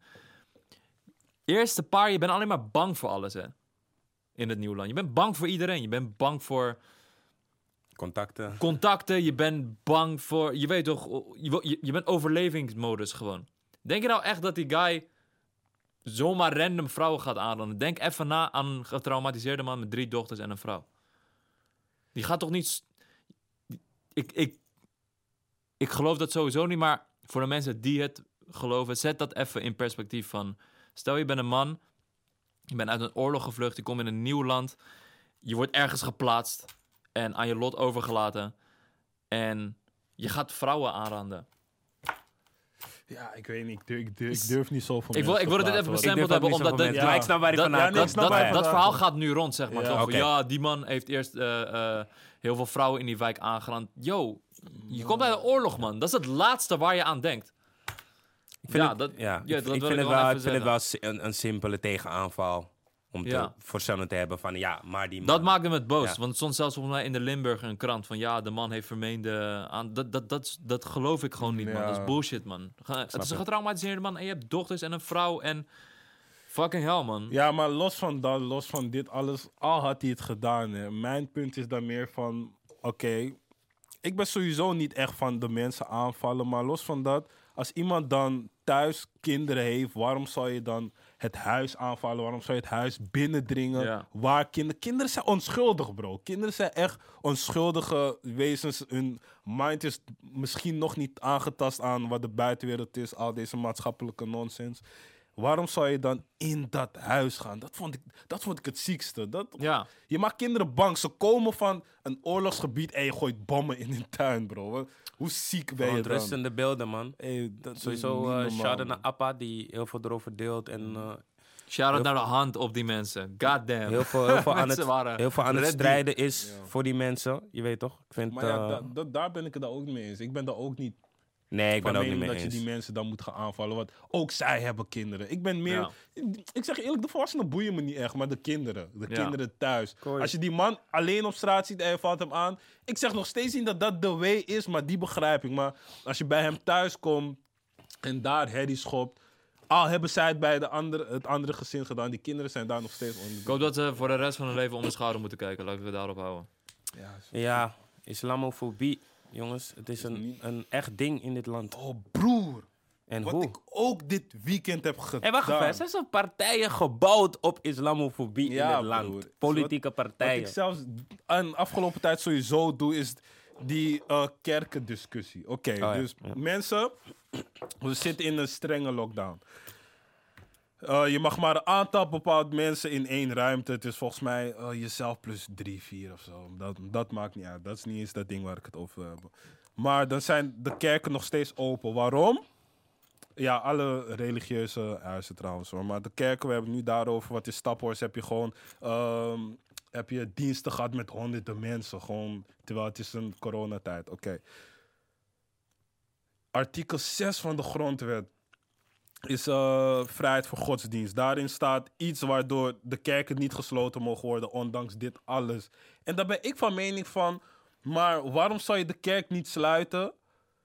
Eerste paar, je bent alleen maar bang voor alles, hè. In het nieuwe land. Je bent bang voor iedereen. Je bent bang voor Contacten. contacten. Je bent bang voor... Je weet toch... Je, je, je bent overlevingsmodus gewoon. Denk je nou echt dat die guy zomaar random vrouwen gaat aanranden? Denk even na aan een getraumatiseerde man met drie dochters en een vrouw. Die gaat toch niet... s- Ik, ik, ik geloof dat sowieso niet, maar voor de mensen die het geloven, zet dat even in perspectief van... Stel, je bent een man, je bent uit een oorlog gevlucht, je komt in een nieuw land, je wordt ergens geplaatst en aan je lot overgelaten en je gaat vrouwen aanranden. Ja, ik weet niet. Ik durf, ik durf, ik durf niet zo van Ik wil, ik wil het even bestempeld hebben, omdat dat, Ja, ik snap waar hij dat, vandaan ja, nee, komt. ik snap dat, waar dat, je dat vandaan verhaal komt. gaat nu rond, zeg maar. Ja, Zo van, oké. ja, die man heeft eerst eh, eh, heel veel vrouwen in die wijk aangerand. Yo, je komt uit een oorlog, man. Dat is het laatste waar je aan denkt. Ik vind Ja, het, dat- ja, ja, ik, dat ik wil vind ik het wel wel, even ik vind het zeggen. wel si- een, een simpele tegenaanval. Om Ja. te voorstellen te hebben van ja, maar die man... Dat maakte me het boos. Ja. Want het stond zelfs volgens mij in de Limburg een krant van ja, de man heeft vermeende aan. Dat, dat, dat, dat geloof ik gewoon niet, man. Ja. Dat is bullshit, man. Ge- Het is een het. getraumatiseerde man en je hebt dochters en een vrouw en fucking hell, man. Ja, maar los van dat, los van dit alles, al had hij het gedaan. Hè. Mijn punt is dan meer van, oké, ik ben sowieso niet echt van de mensen aanvallen, maar los van dat, als iemand dan thuis kinderen heeft, waarom zou je dan het huis aanvallen? Waarom zou je het huis binnendringen? Ja. Waar kinderen, kinderen zijn onschuldig, bro. Kinderen zijn echt onschuldige wezens. Hun mind is misschien nog niet aangetast aan wat de buitenwereld is, al deze maatschappelijke nonsens. Waarom zou je dan in dat huis gaan? Dat vond ik, dat vond ik het ziekste. Dat, Ja. Je maakt kinderen bang. Ze komen van een oorlogsgebied en je gooit bommen in hun tuin, bro. Wat- Hoe ziek ben je dan? Verontrustende beelden, man. Hey, dat is Sowieso niet uh, normaal, shout-out man. naar Appa, die heel veel erover deelt. En uh, Shout-out naar de hand op die mensen. God damn. heel veel, heel veel aan het, Mensen waren heel veel aan het ready. strijden is Ja. voor die mensen. Je weet toch? Ik vind... Maar ja, uh, da- da- daar ben ik het dan ook niet mee eens. Ik ben daar ook niet nee, ik ben van ook niet mening mee dat je eens. die mensen dan moet gaan aanvallen. Want ook zij hebben kinderen. Ik ben meer... Ja. Ik zeg je eerlijk, de volwassenen boeien me niet echt. Maar de kinderen. De Ja. kinderen thuis. Kooi. Als je die man alleen op straat ziet en je valt hem aan. Ik zeg nog steeds niet dat dat de way is. Maar die begrijp ik. Maar als je bij hem thuis komt en daar herrie schopt. Al hebben zij het bij de andere, het andere gezin gedaan. Die kinderen zijn daar nog steeds onder. Ik hoop dat ze voor de rest van hun leven om de schouder moeten kijken. Laten we het daarop houden. Ja, Ja, islamofobie, jongens. Het is een, niet- een echt ding in dit land. oh, broer. En Wat hoe? ik ook dit weekend heb gedaan. Hé, wacht even. Er zijn zo partijen gebouwd op islamofobie Ja, in dit land. broer. Politieke Wat partijen. ik zelfs aan afgelopen tijd sowieso doe, is die eh, kerkendiscussie. Oké, ja, dus ja. mensen, we zitten in een strenge lockdown. Uh, je mag maar een aantal bepaald mensen in één ruimte. Het is volgens mij uh, jezelf plus drie, vier of zo. Dat, dat maakt niet uit. Dat is niet eens dat ding waar ik het over heb. Maar dan zijn de kerken nog steeds open. Waarom? Ja, alle religieuze huizen trouwens hoor. Maar de kerken, we hebben het nu daarover. Wat is Staphorst? Heb je gewoon um, heb je diensten gehad met honderden mensen. Gewoon, terwijl het is een coronatijd. Oké. Okay. Artikel zes van de grondwet is uh, vrijheid voor godsdienst. Daarin staat iets waardoor de kerken niet gesloten mogen worden, ondanks dit alles. En daar ben ik van mening van, maar waarom zou je de kerk niet sluiten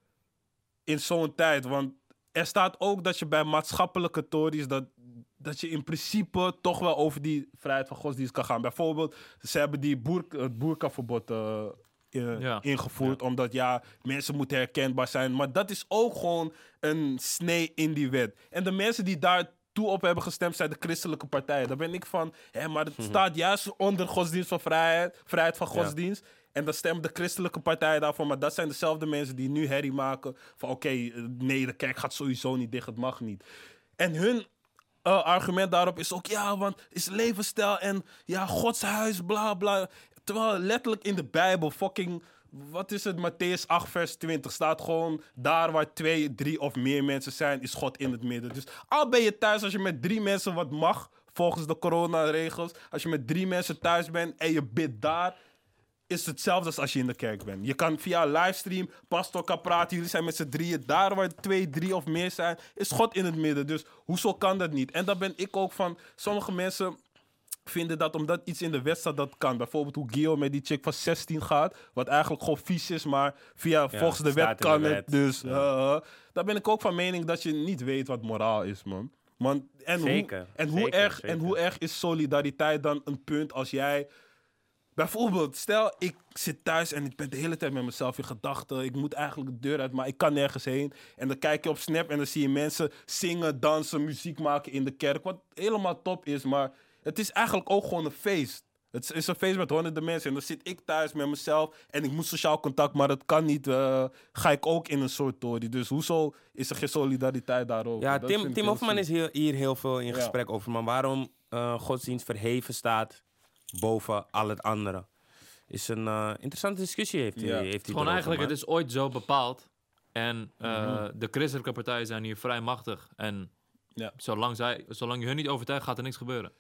in zo'n tijd? Want er staat ook dat je bij maatschappelijke tories, dat, dat je in principe toch wel over die vrijheid van godsdienst kan gaan. Bijvoorbeeld, ze hebben die boer, het boerkaverbod uh, Uh, ja. ingevoerd, ja. omdat ja, mensen moeten herkenbaar zijn. Maar dat is ook gewoon een snee in die wet. En de mensen die daar toe op hebben gestemd zijn de christelijke partijen. Daar ben ik van, hè, maar het mm-hmm. staat juist onder godsdienst van vrijheid, vrijheid van godsdienst. Ja. En dan stemmen de christelijke partijen daarvoor. Maar dat zijn dezelfde mensen die nu herrie maken van oké, okay, nee, de kerk gaat sowieso niet dicht, het mag niet. En hun uh, argument daarop is ook, ja, want het is levensstijl en ja, godshuis, bla bla. Terwijl letterlijk in de Bijbel, fucking, wat is het, Mattheüs acht vers twintig, staat gewoon, daar waar twee, drie of meer mensen zijn, is God in het midden. Dus al ben je thuis, als je met drie mensen wat mag, volgens de coronaregels, als je met drie mensen thuis bent en je bidt daar, is het hetzelfde als als je in de kerk bent. Je kan via livestream, pastor kan praten, jullie zijn met z'n drieën, daar waar twee, drie of meer zijn, is God in het midden. Dus hoezo kan dat niet? En daar ben ik ook van, sommige mensen vinden dat omdat iets in de wet staat, dat kan. Bijvoorbeeld hoe Guillaume met die chick van zestien gaat, wat eigenlijk gewoon vies is, maar via ja, volgens de wet kan de wet. Het. Dus ja. uh, daar ben ik ook van mening dat je niet weet wat moraal is, man. man en zeker. Hoe, en, zeker, hoe erg, zeker. en hoe erg is solidariteit dan een punt als jij... Bijvoorbeeld, stel ik zit thuis en ik ben de hele tijd met mezelf in gedachten. Ik moet eigenlijk de deur uit, maar ik kan nergens heen. En dan kijk je op Snap en dan zie je mensen zingen, dansen, muziek maken in de kerk. Wat helemaal top is, maar het is eigenlijk ook gewoon een feest. Het is een feest met honderden mensen. En dan zit ik thuis met mezelf en ik moet sociaal contact, maar dat kan niet. Uh, ga ik ook in een soort tory. Dus hoezo is er geen solidariteit daarover? Ja, dat Tim, Tim Hofman is hier, hier heel veel in ja. gesprek over. Maar waarom uh, godsdienst verheven staat boven al het andere? Is een uh, interessante discussie, heeft hij. Ja. Heeft hij gewoon eigenlijk, maar. Het is ooit zo bepaald. En uh, mm-hmm. de christelijke partijen zijn hier vrij machtig. En ja. zolang, zij, zolang je hun niet overtuigt, gaat er niks gebeuren.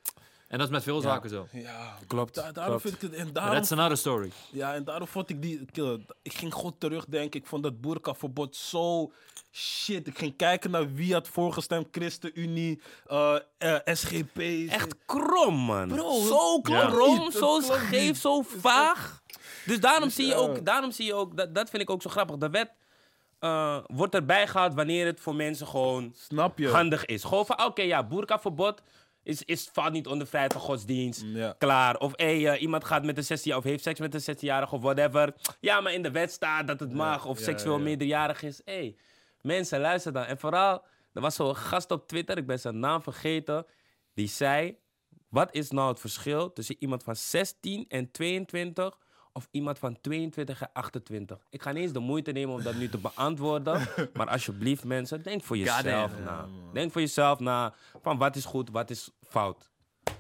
En dat is met veel ja. zaken zo. Ja, klopt. Da- daarom klopt. vind ik het... En daarom, That's another story. Ja, en daarom vond ik die... Ik ging goed terugdenken. Ik vond dat boerkaverbod zo... Shit, ik ging kijken naar wie had voorgestemd. ChristenUnie, uh, uh, S G P. Echt krom, man. Bro, zo krom, niet, zo scheef, zo vaag. Dus daarom dus, zie je uh, ook... Daarom zie je ook dat, dat vind ik ook zo grappig. De wet uh, wordt erbij gehaald wanneer het voor mensen gewoon snap je? handig is. Gewoon van, oké, okay, ja, boerkaverbod... Is, is, valt niet onder vrijheid van godsdienst. Ja. Klaar. Of hey, uh, iemand gaat met een zestien of heeft seks met een zestienjarige of whatever. Ja, maar in de wet staat dat het mag. Of ja, seksueel ja, ja. meerderjarig is. Hey, mensen, luister dan. En vooral, er was zo'n gast op Twitter, ik ben zijn naam vergeten. Die zei, wat is nou het verschil tussen iemand van zestien en tweeëntwintig... of iemand van tweeëntwintig en achtentwintig? Ik ga niet eens de moeite nemen om dat nu te beantwoorden. Maar alsjeblieft, mensen, denk voor jezelf na. Denk voor jezelf na van wat is goed, wat is fout.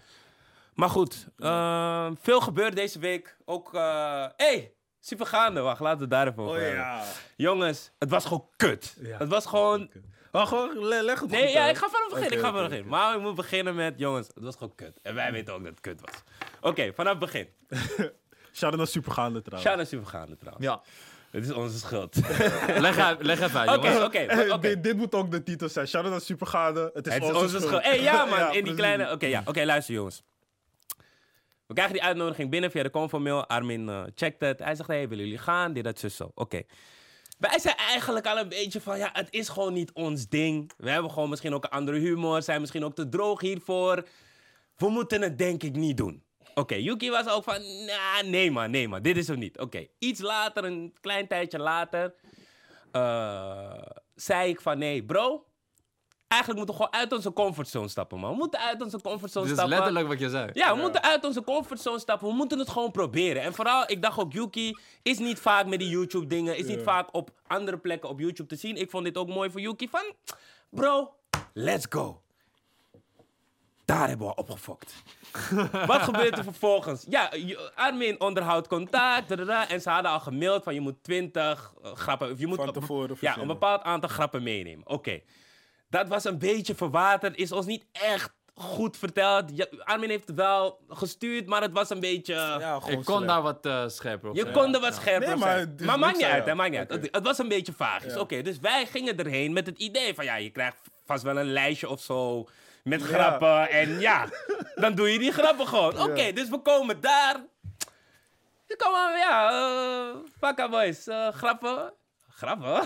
Maar goed, uh, veel gebeurt deze week. Ook, uh, hey, super gaande. Wacht, laten we het daar even over oh, hebben. Ja. Jongens, het was gewoon kut. Ja. Het was gewoon... Oh, gewoon le- leg het Nee, goed ja, uit. ik ga vanaf beginnen. Okay, ik ga okay, vanaf beginnen. Maar ik moet beginnen met, jongens, het was gewoon kut. En wij weten ook dat het kut was. Oké, okay, vanaf het begin. Shout-out naar Supergaande trouwens. Shout-out naar Supergaande trouwens. Ja. Het is onze schuld. leg, uit, leg even uit, Oké, jongens. oké. Hey, dit, dit moet ook de titel zijn. Shout-out naar Supergaande. Het is, Het is onze, onze schuld. schuld. Hé, hey, ja man, ja, in die precies. kleine... Oké, okay, ja. Oké, okay, luister jongens. We krijgen die uitnodiging binnen via de Conformail. Armin uh, checkt het. Hij zegt, hey, willen jullie gaan? Dit, dat, zus, zo. Oké. Okay. Wij zijn eigenlijk al een beetje van, ja, het is gewoon niet ons ding. We hebben gewoon misschien ook een andere humor. Zijn misschien ook te droog hiervoor. We moeten het denk ik niet doen. Oké, okay, Yuki was ook van, nah, nee man, nee man, dit is hem niet. Oké, okay. Iets later, een klein tijdje later, uh, zei ik van, nee bro, eigenlijk moeten we gewoon uit onze comfortzone stappen, man. We moeten uit onze comfortzone Dit is stappen. letterlijk wat je zei. Ja, we Ja. moeten uit onze comfortzone stappen. We moeten het gewoon proberen. En vooral, ik dacht ook, Yuki is niet vaak met die YouTube-dingen. Is niet Ja. vaak op andere plekken op YouTube te zien. Ik vond dit ook mooi voor Yuki. Van, bro, let's go. Daar hebben we opgefokt. Wat gebeurt er vervolgens? Ja, je- Armin onderhoudt contact. dadada, en ze hadden al gemaild van je moet twintig uh, grappen... Of je moet Van op- tevoren Ja, verzinnen. een bepaald aantal grappen meenemen. Oké. Dat was een beetje verwaterd. Is ons niet echt goed verteld. Ja, Armin heeft het wel gestuurd, maar het was een beetje... Ja, gewoon Ik kon slecht. daar wat eh, scherper op Je zijn. kon er wat scherper Nee, op maar zijn. het is Maar maakt niks niet aan uit, hè, jou. maakt niet uit. Oké. Het, het was een beetje vaag. Ja. Oké, dus wij gingen erheen met het idee van... Ja, je krijgt vast wel een lijstje of zo met Ja. grappen. En ja, dan doe je die grappen gewoon. Oké, dus we komen daar. Dan komen we, ja... Uh, Pakka boys, uh, grappen. Grappen?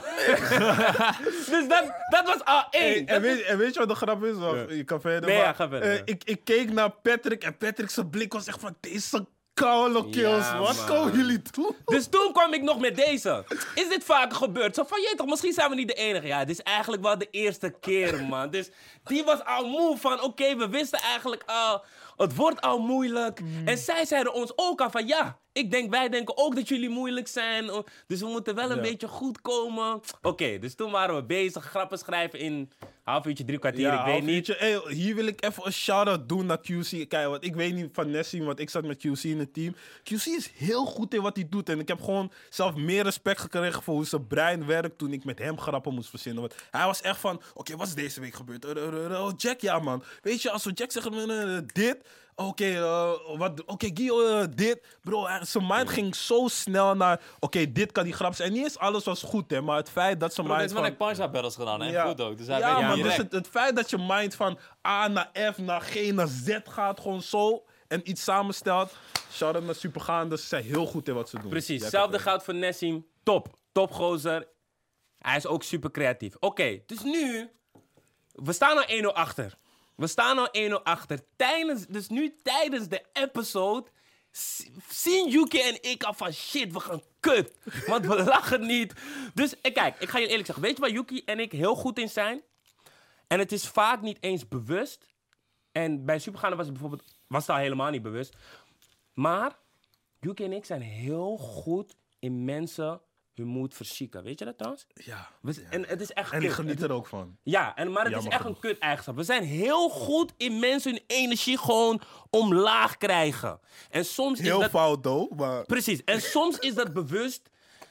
Dus dat, dat was al één. Hey, en, weet, en weet je wat de grap is? Of, Je kan verder. Nee, maar, ja, ga verder, eh, ja. ik, ik keek naar Patrick en Patrick zijn blik was echt van... Deze koude kills, Ja, wat man. komen jullie doen? Dus toen kwam ik nog met deze. Is dit vaker gebeurd? Zo van, je toch, misschien zijn we niet de enige. Ja, dit is eigenlijk wel de eerste keer, man. Dus die was al moe van, oké, we wisten eigenlijk al... Het wordt al moeilijk. En zij zeiden ons ook al van, ja... Ik denk, wij denken ook dat jullie moeilijk zijn. Oh, Dus we moeten wel een Ja. beetje goed komen. Oké, dus toen waren we bezig. Grappen schrijven in een half uurtje, drie kwartier. ik weet half niet. uurtje. Hey, hier wil ik even een shout-out doen naar Q C. Kijk, want ik weet niet van Nessie, want ik zat met Q C in het team. Q C is heel goed in wat hij doet. En ik heb gewoon zelf meer respect gekregen voor hoe zijn brein werkt toen ik met hem grappen moest verzinnen. Want hij was echt van, oké, wat is deze week gebeurd? Uh, uh, uh, oh, Jack, ja man. Weet je, als we Jack zeggen, uh, uh, dit... Oké, eh, wat? Oké, Guido, eh, dit. Bro, hij- zijn mind ging zo snel naar... Oké, dit kan die grap zijn. En niet eens alles was goed, hè. Maar het feit dat zijn Bro, mind dit is van... met punch-up battles gedaan, hè? Ja. Goed ook. Dus hij ja, weet man, direct. dus het, het feit dat je mind van A naar F naar G naar Z gaat, gewoon zo... En iets samenstelt. Shout-out naar Supergaanders. Ze zijn heel goed in wat ze doen. Precies, Ja, hetzelfde kijk, geldt voor Nessim. Top, topgozer. Hij is ook super creatief. Oké, dus nu... We staan al één nul achter. We staan al één nul achter. Tijdens, dus nu tijdens de episode... z- zien Yuki en ik al van shit, we gaan kut. Want we lachen niet. Dus eh, kijk, ik ga je eerlijk zeggen. Weet je waar Yuki en ik heel goed in zijn? En het is vaak niet eens bewust. En bij Supergaande was het bijvoorbeeld... Was het al helemaal niet bewust. Maar... Yuki en ik zijn heel goed in mensen hun moed verzieken. Weet je dat trouwens? Ja. We z- En het is echt En ik kut. geniet er ook van. Ja, en, maar het Jammer is echt genoeg. een kut eigenschap. We zijn heel goed in mensen hun energie gewoon omlaag krijgen. En soms Heel is dat... fout, though, maar... Precies. En soms is dat bewust.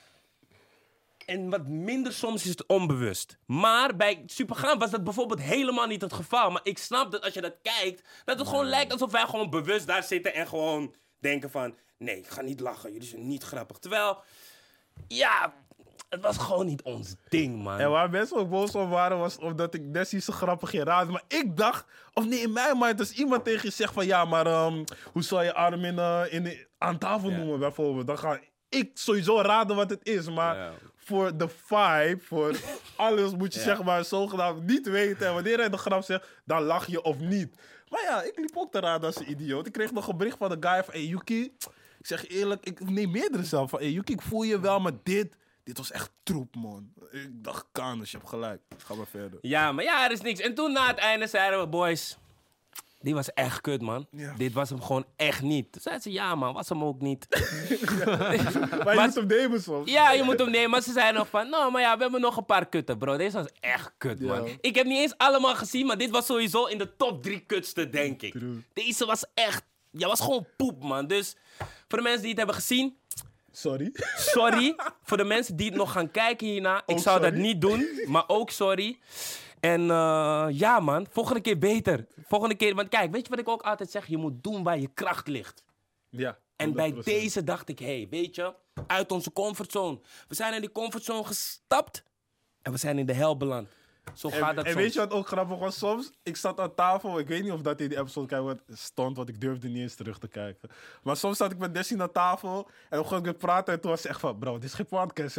En wat minder soms is het onbewust. Maar bij Supergaan was dat bijvoorbeeld helemaal niet het geval. Maar ik snap dat als je dat kijkt, dat het gewoon lijkt alsof wij gewoon bewust daar zitten en gewoon denken van... Nee, ik ga niet lachen, jullie zijn niet grappig. Terwijl, ja, het was gewoon niet ons ding, man. En waar mensen ook boos op waren, was omdat ik Nessie zo grappig ging raden. Maar ik dacht, of nee, in mijn mind, als iemand tegen je zegt van... Ja, maar ehm, hoe zou je Armin uh, in de, aan tafel Ja. noemen, bijvoorbeeld? Dan ga ik sowieso raden wat het is. Maar Ja. voor de vibe, voor alles moet je Ja. zeg maar zogenaamd niet weten. En wanneer hij de grap zegt, dan lach je of niet. Maar ja, ik liep ook te raden als een idioot. Ik kreeg nog een bericht van de guy van... Hey, Yuki, ik zeg je eerlijk, ik neem meerdere zelf van... Hey, Yuki, ik voel je wel, maar dit... Dit was echt troep, man. Ik dacht, Kanus, je hebt gelijk. Ga maar verder. Ja, maar ja, er is niks. En toen na het einde zeiden we, boys, die was echt kut, man. Ja. Dit was hem gewoon echt niet. Toen zei ze, ja, man, was hem ook niet. Maar je Maar- moet hem nemen soms. Ja, je moet hem nemen. Maar ze zeiden nog van, nou, maar ja, we hebben nog een paar kutten, bro. Deze was echt kut, man. Ja. Ik heb niet eens allemaal gezien, maar dit was sowieso in de top drie kutste, denk ik. True. Deze was echt, ja, was gewoon poep, man. Dus voor de mensen die het hebben gezien, Sorry. sorry. Voor de mensen die het nog gaan kijken hierna, ik Ook zou dat sorry. niet doen, maar ook sorry. En eh, ja, man, volgende keer beter. Volgende keer, want kijk, weet je wat ik ook altijd zeg? Je moet doen waar je kracht ligt. Ja. En bij honderd procent. deze dacht ik, hé, hey, weet je, uit onze comfortzone. We zijn in die comfortzone gestapt en we zijn in de hel beland. Zo gaat En, dat en soms. weet je wat ook grappig was? Soms, ik zat aan tafel. Ik weet niet of dat in die episode kijken wat stond, want ik durfde niet eens terug te kijken. Maar soms zat ik met Nessie aan tafel en dan begon ik met praten en toen was ze echt van, bro, dit is geen podcast, hè?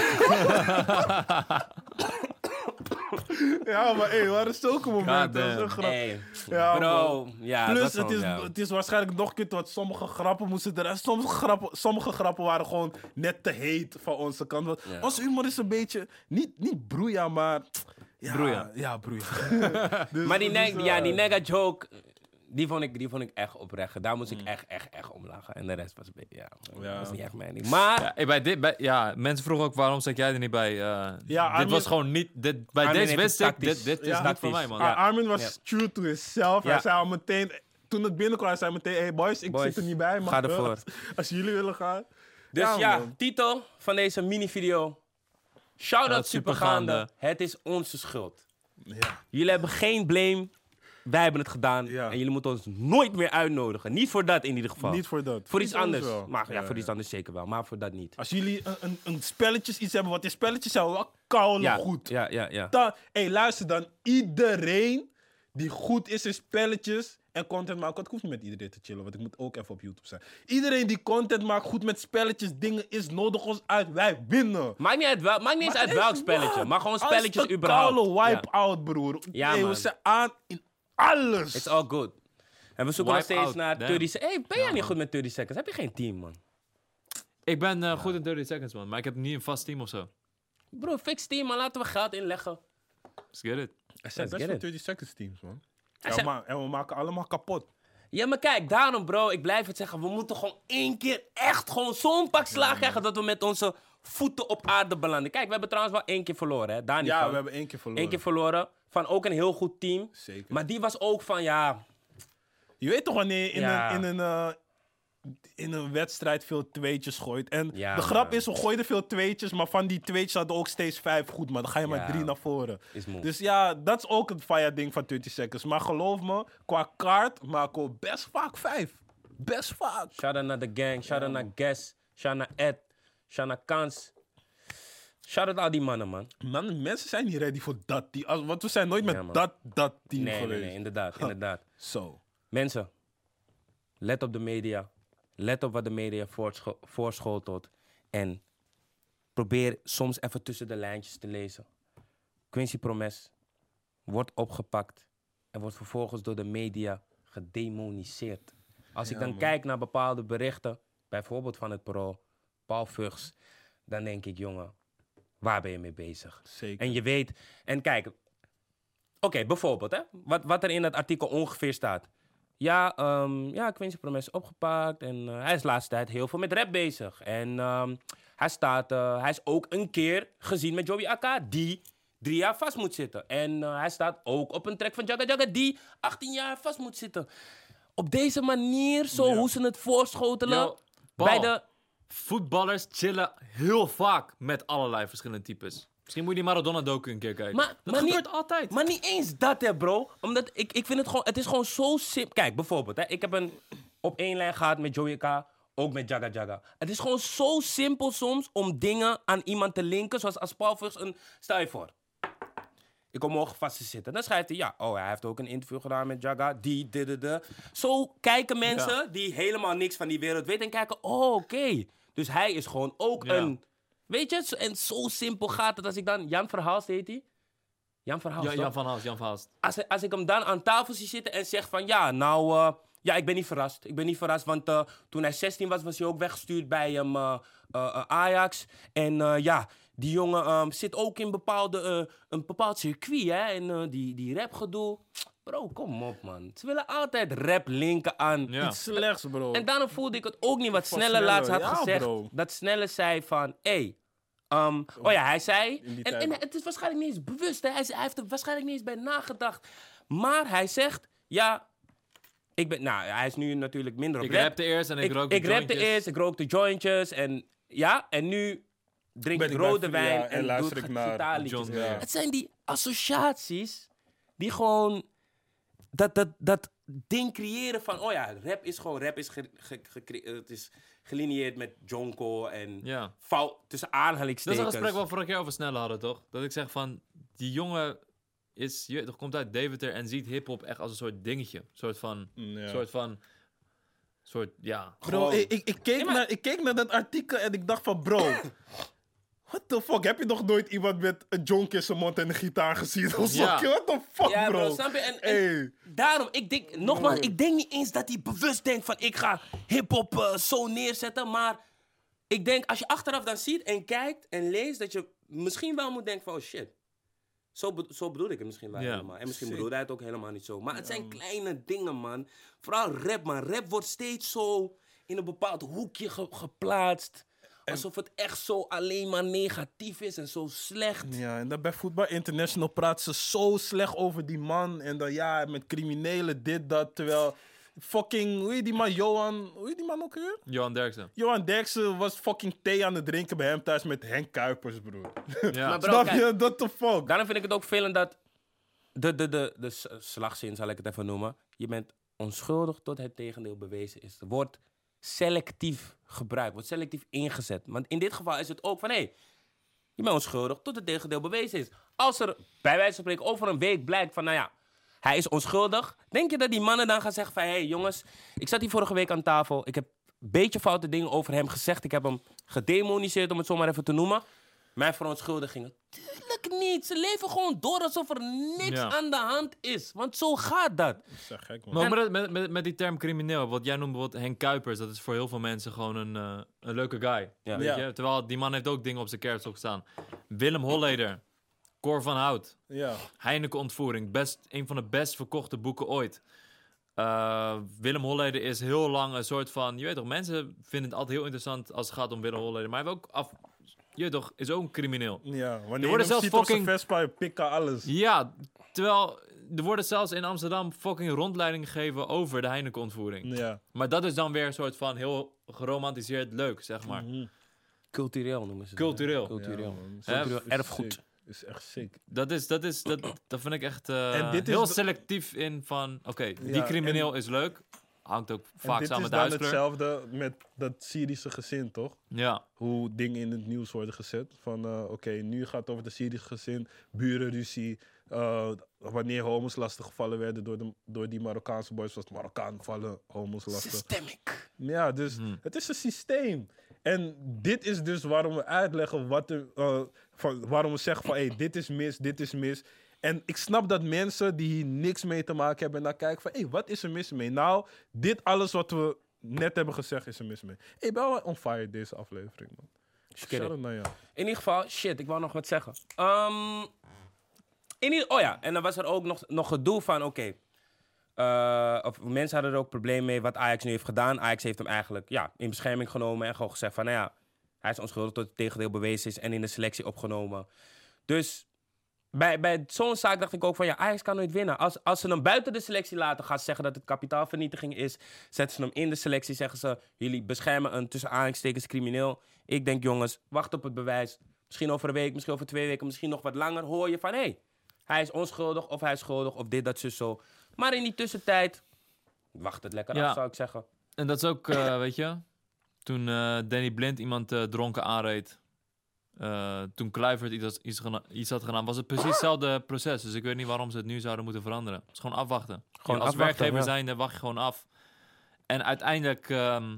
Ja, maar hé, hey, waren zulke momenten. Dat is damn. een grap. Hey, Ja, bro, man. ja, Plus, dat het is, wel, ja. het is waarschijnlijk nog een keer wat sommige grappen moesten eruit. Sommige grappen, sommige grappen waren gewoon net te heet van onze kant. Want Ja. onze humor is een beetje, niet, niet broeia, maar... Ja, Broeia. Ja, broeia. Dus- Maar die, dus, neg- eh, ja, die nega joke, Die vond ik, die vond ik echt oprecht. Daar moest ik Mm. echt, echt, echt om lachen. En de rest was een beetje, ja, Ja. was niet echt mijn ding. Maar, Ja, hey, bij dit, bij, ja, mensen vroegen ook waarom zat jij er niet bij. eh, dit Armin- was gewoon niet. Dit, bij Armin deze heeft wist het ik, dit, tactisch. dit is Ja, niet tactisch. voor mij, man. Ja. Ah, Armin was Ja. true to himself. Ja. Hij zei al meteen, toen het binnenkwam, hij zei meteen, hey boys, ik Boys, zit er niet bij. Maar ga ervoor. Als, als jullie willen gaan. dus ja, Ja, man. titel van deze mini-video. Shout-out Shout-out Supergaande. Supergaande. Het is onze schuld. Ja. Jullie hebben geen blame. Wij hebben het gedaan. Ja. En jullie moeten ons nooit meer uitnodigen. Niet voor dat in ieder geval. Niet voor dat. voor iets Iets anders. wel. Maar ja, Ja, voor iets ja. anders zeker wel. Maar voor dat niet. Als jullie een, een, een spelletjes iets hebben, want die spelletjes zijn wel koude Ja, goed. ja, ja, ja. Dan, hey, luister dan. Iedereen die goed is in spelletjes en content maakt. Want ik hoef niet met iedereen te chillen, want ik moet ook even op YouTube zijn. Iedereen die content maakt, goed met spelletjes, dingen, is nodig ons uit. Wij winnen. Maakt niet, uit wel, maakt niet eens Maar uit is welk wat? spelletje. Maar gewoon Als spelletjes een überhaupt. koude Ja. wipe-out, broer. Ja, hey, we man. zijn aan in alles. It's all good. En we zoeken nog Wipe steeds out, naar damn. dertig seconds. Hey, ben jij Ja, niet man. goed met dertig seconds? Heb je geen team, man? Ik ben eh, goed in dertig seconds, man. Maar ik heb niet een vast team of zo. Bro, fix team, man. Laten we geld inleggen. Let's get it. Er zijn Let's best get wel it. dertig seconds teams, man. Er En, zijn- we ma- en we maken allemaal kapot. Ja, maar kijk, daarom, bro. Ik blijf het zeggen. We moeten gewoon één keer echt gewoon zo'n pak slaag krijgen dat we met onze voeten op aarde belanden. Kijk, we hebben trouwens wel één keer verloren, hè. Daar niet Ja, van. we hebben één keer verloren. Eén keer verloren. Van ook een heel goed team. Zeker. Maar die was ook van, ja... Je weet toch wanneer je in Ja. een, in een, eh, in een wedstrijd veel tweetjes gooit. En Ja, de grap man. is, we gooiden veel tweetjes, maar van die tweetjes hadden ook steeds vijf goed. Maar dan ga je maar Ja. drie naar voren. Is moe. Dus ja, dat is ook het fire-ding van dertig seconds. Maar geloof me, qua kaart maken we best vaak vijf. Best vaak. Shout-out naar de gang. Shout-out naar Guess. Shout-out naar Ed. Shout-out naar Kans. Shout-out al die mannen, man. Man, mensen zijn niet ready voor dat team. Als- Want we zijn nooit met Ja, man. dat, dat team Nee, nee, geweest. nee. Inderdaad, inderdaad. Zo. Mensen, let op de media. Let op wat de media voorscho- voorschotelt. En probeer soms even tussen de lijntjes te lezen. Quincy Promes wordt opgepakt en wordt vervolgens door de media gedemoniseerd. Als ik Ja, dan man. kijk naar bepaalde berichten, bijvoorbeeld van het Parool, Paul Vugs, dan denk ik, jongen, waar ben je mee bezig? Zeker. En je weet, en kijk, oké, bijvoorbeeld, hè, wat, wat er in dat artikel ongeveer staat. Ja, ehm ja, Quincy Promes is opgepakt en eh, hij is de laatste tijd heel veel met rap bezig. En ehm, hij, staat, eh, hij is ook een keer gezien met Joey Akka, die drie jaar vast moet zitten. En eh, hij staat ook op een track van Jagga Jagga, die achttien jaar vast moet zitten. Op deze manier, zo Ja. hoe ze het voorschotelen, Yo, Paul. bij de... Voetballers chillen heel vaak met allerlei verschillende types. Misschien moet je die Maradona-docu een keer kijken. Maar- dat maar gebeurt niet- altijd. Maar niet eens dat, hè, bro. Omdat ik, ik vind het gewoon... Het is gewoon zo simpel. Kijk, bijvoorbeeld, hè. Ik heb een op één lijn gehad met Joey K. Ook met Jagga Jagga. Het is gewoon zo simpel soms om dingen aan iemand te linken. Zoals als Paul Vugs een... Stel je voor. Ik kom morgen vast te zitten. Dan schrijft hij, ja, oh, hij heeft ook een interview gedaan met Jagga. Die, dit, dit, dit. Zo kijken mensen Ja. die helemaal niks van die wereld weten. En kijken, oh, oké. Dus hij is gewoon ook Ja. een... Weet je? Zo- En zo simpel gaat het als ik dan... Jan Verhaalst heet hij. Jan Verhaalst, Ja, toch? Jan van Haast, Jan van Haast. als, als ik hem dan aan tafel zie zitten en zeg van... Ja, nou... eh, ja, ik ben niet verrast. Ik ben niet verrast, want eh, toen hij zestien was... was hij ook weggestuurd bij hem, eh, eh, eh, Ajax. En eh, ja, die jongen ehm, zit ook in bepaalde, eh, een bepaald circuit, hè. En eh, die, die rapgedoe... Bro, kom op, man. Ze willen altijd rap linken aan... Ja. Iets slechts, bro. En daarom voelde ik het ook niet wat Van Snelle Snelle, laatst had ja, gezegd. bro. Dat Snelle zei van... Hey, ehm, oh ja, hij zei... In die En, tijd. en het is waarschijnlijk niet eens bewust. Hè? Hij, zei- hij heeft er waarschijnlijk niet eens bij nagedacht. Maar hij zegt... Ja, ik ben... Nou, hij is nu natuurlijk minder op Ik rap. rapte eerst en ik, ik, rookte ik rapte jointjes. eerst, ik rookte jointjes. En ja, en nu drink Ben ik ik bij rode Via wijn en en, luister doe ik naar gitaarliedjes. John Mayer. Het zijn die associaties die gewoon... Dat, dat, dat ding creëren van... Oh ja, rap is gewoon... Rap is, ge, ge- gecre- eh, het is gelineerd met Jonko en... Ja. Fout tussen Dat is aanhalingstekens. een gesprek wat we vorig jaar over Snelle hadden, toch? Dat ik zeg van, die jongen is, je, weet toch, komt uit Deventer en ziet hiphop echt als een soort dingetje. Een soort van, Ja. soort van, soort, ja. Bro, Gewoon- ik, ik, ik, keek Nee, maar- naar, ik keek naar dat artikel en ik dacht van, bro... What the fuck? Heb je nog nooit iemand met een jonk in zijn mond en een gitaar gezien? Of zo? Ja. What the fuck, Ja, bro, bro? snap je? En, en Hey. daarom, ik denk... Nogmaals, ik denk niet eens dat hij bewust denkt van... Ik ga hiphop eh, zo neerzetten, maar... Ik denk, als je achteraf dan ziet en kijkt en leest... Dat je misschien wel moet denken van... Oh shit. Zo, be- zo bedoel ik het misschien wel Ja. helemaal. En misschien Sick. bedoelde hij het ook helemaal niet zo. Maar het zijn kleine dingen, man. Vooral rap, man. Rap wordt steeds zo in een bepaald hoekje ge- geplaatst. Alsof het echt zo alleen maar negatief is en zo slecht. Ja, en dan bij Voetbal International praten ze zo slecht over die man. En dan ja, met criminelen, dit, dat. Terwijl fucking, hoe heet die man, Johan, hoe heet die man ook weer? Johan Derksen. Johan Derksen was fucking thee aan het drinken bij hem thuis met Henk Kuipers, broer. Ja. Maar bro, Snap kijk. je? What the fuck? Daarom vind ik het ook vervelend dat de, de, de, de s- slagzin, zal ik het even noemen. Je bent onschuldig tot het tegendeel bewezen is. Wordt selectief gebruikt, wordt selectief ingezet. Want in dit geval is het ook van, hé, hey, je bent onschuldig tot het tegendeel bewezen is. Als er bij wijze van spreken over een week blijkt van, nou ja, hij is onschuldig. Denk je dat die mannen dan gaan zeggen van, hé hey, jongens, ik zat hier vorige week aan tafel. Ik heb een beetje foute dingen over hem gezegd. Ik heb hem gedemoniseerd, om het zo maar even te noemen. Mijn verontschuldigingen. Tuurlijk niet. Ze leven gewoon door alsof er niks Ja. aan de hand is. Want zo gaat dat. Dat is echt gek, man. Maar met, met, met, met die term crimineel, wat jij noemt bijvoorbeeld Henk Kuipers, dat is voor heel veel mensen gewoon een, eh, een leuke guy. Ja. Weet Ja. je? Terwijl die man heeft ook dingen op zijn kerfstok staan. Willem Holleder, Cor van Hout, Ja. Heineken Ontvoering, best, een van de best verkochte boeken ooit. Eh, Willem Holleder is heel lang een soort van, je weet toch, mensen vinden het altijd heel interessant als het gaat om Willem Holleder, maar hij heeft ook af, je weet toch, is ook een crimineel. Ja, wanneer Er je worden hem zelfs ziet op zijn fucking- Vespa, je pikken alles. Ja, terwijl er worden zelfs in Amsterdam fucking rondleidingen gegeven over de Heineken Ontvoering. Ja. Maar dat is dan weer een soort van heel geromantiseerd leuk, zeg maar. Mhm. Cultureel noemen ze het. Cultureel. hè? Cultureel. Ja, man. Cultureel Is erfgoed. sick. Is echt sick. Dat is, dat is, dat, dat vind ik echt eh, En dit is heel de- selectief in van, oké, die Ja, crimineel is leuk. Hangt ook En vaak dit samen is met de dan huiskleur. hetzelfde met dat Syrische gezin, toch? Ja, Hoe dingen in het nieuws worden gezet. Van, eh, oké, nu gaat het over het Syrische gezin, burenruzie. eh, wanneer homo's lastiggevallen werden door, de, door die Marokkaanse boys, was het Marokkaan vallen homo's lastig. Systemic. Ja, dus Mhm. het is een systeem. En dit is dus waarom we uitleggen wat er, eh, van, waarom we zeggen van, hé, hey, dit is mis, dit is mis. En ik snap dat mensen die hier niks mee te maken hebben, naar kijken van, hé, hey, wat is er mis mee? Nou, dit alles wat we net hebben gezegd, is er mis mee. Hé, hey, ben wel on fire deze aflevering, man. Shout-out naar jou. In ieder geval, shit, ik wou nog wat zeggen. Ehm, in ieder, oh ja, en dan was er ook nog, nog gedoe van, oké. eh, of mensen hadden er ook probleem mee wat Ajax nu heeft gedaan. Ajax heeft hem eigenlijk ja, in bescherming genomen en gewoon gezegd van, nou ja, hij is onschuldig tot het tegendeel bewezen is en in de selectie opgenomen. Dus bij, bij zo'n zaak dacht ik ook van, ja, Ajax kan nooit winnen. Als, als ze hem buiten de selectie laten, gaan ze zeggen dat het kapitaalvernietiging is. Zetten ze hem in de selectie, zeggen ze, jullie beschermen een tussen aanhalingstekens crimineel. Ik denk, jongens, wacht op het bewijs. Misschien over een week, misschien over twee weken, misschien nog wat langer, hoor je van, hé, hey, hij is onschuldig of hij is schuldig of dit, dat, zo, zo. Maar in die tussentijd, wacht het lekker Ja. af, zou ik zeggen. en dat is ook, eh, weet je, toen eh, Danny Blind iemand eh, dronken aanreed. eh, toen Kluivert iets, iets, gena- iets had gedaan, was het precies hetzelfde proces. Dus ik weet niet waarom ze het nu zouden moeten veranderen. Het is gewoon afwachten. Gewoon als afwachten, werkgever ja. zijn, dan wacht je gewoon af. En uiteindelijk, ehm,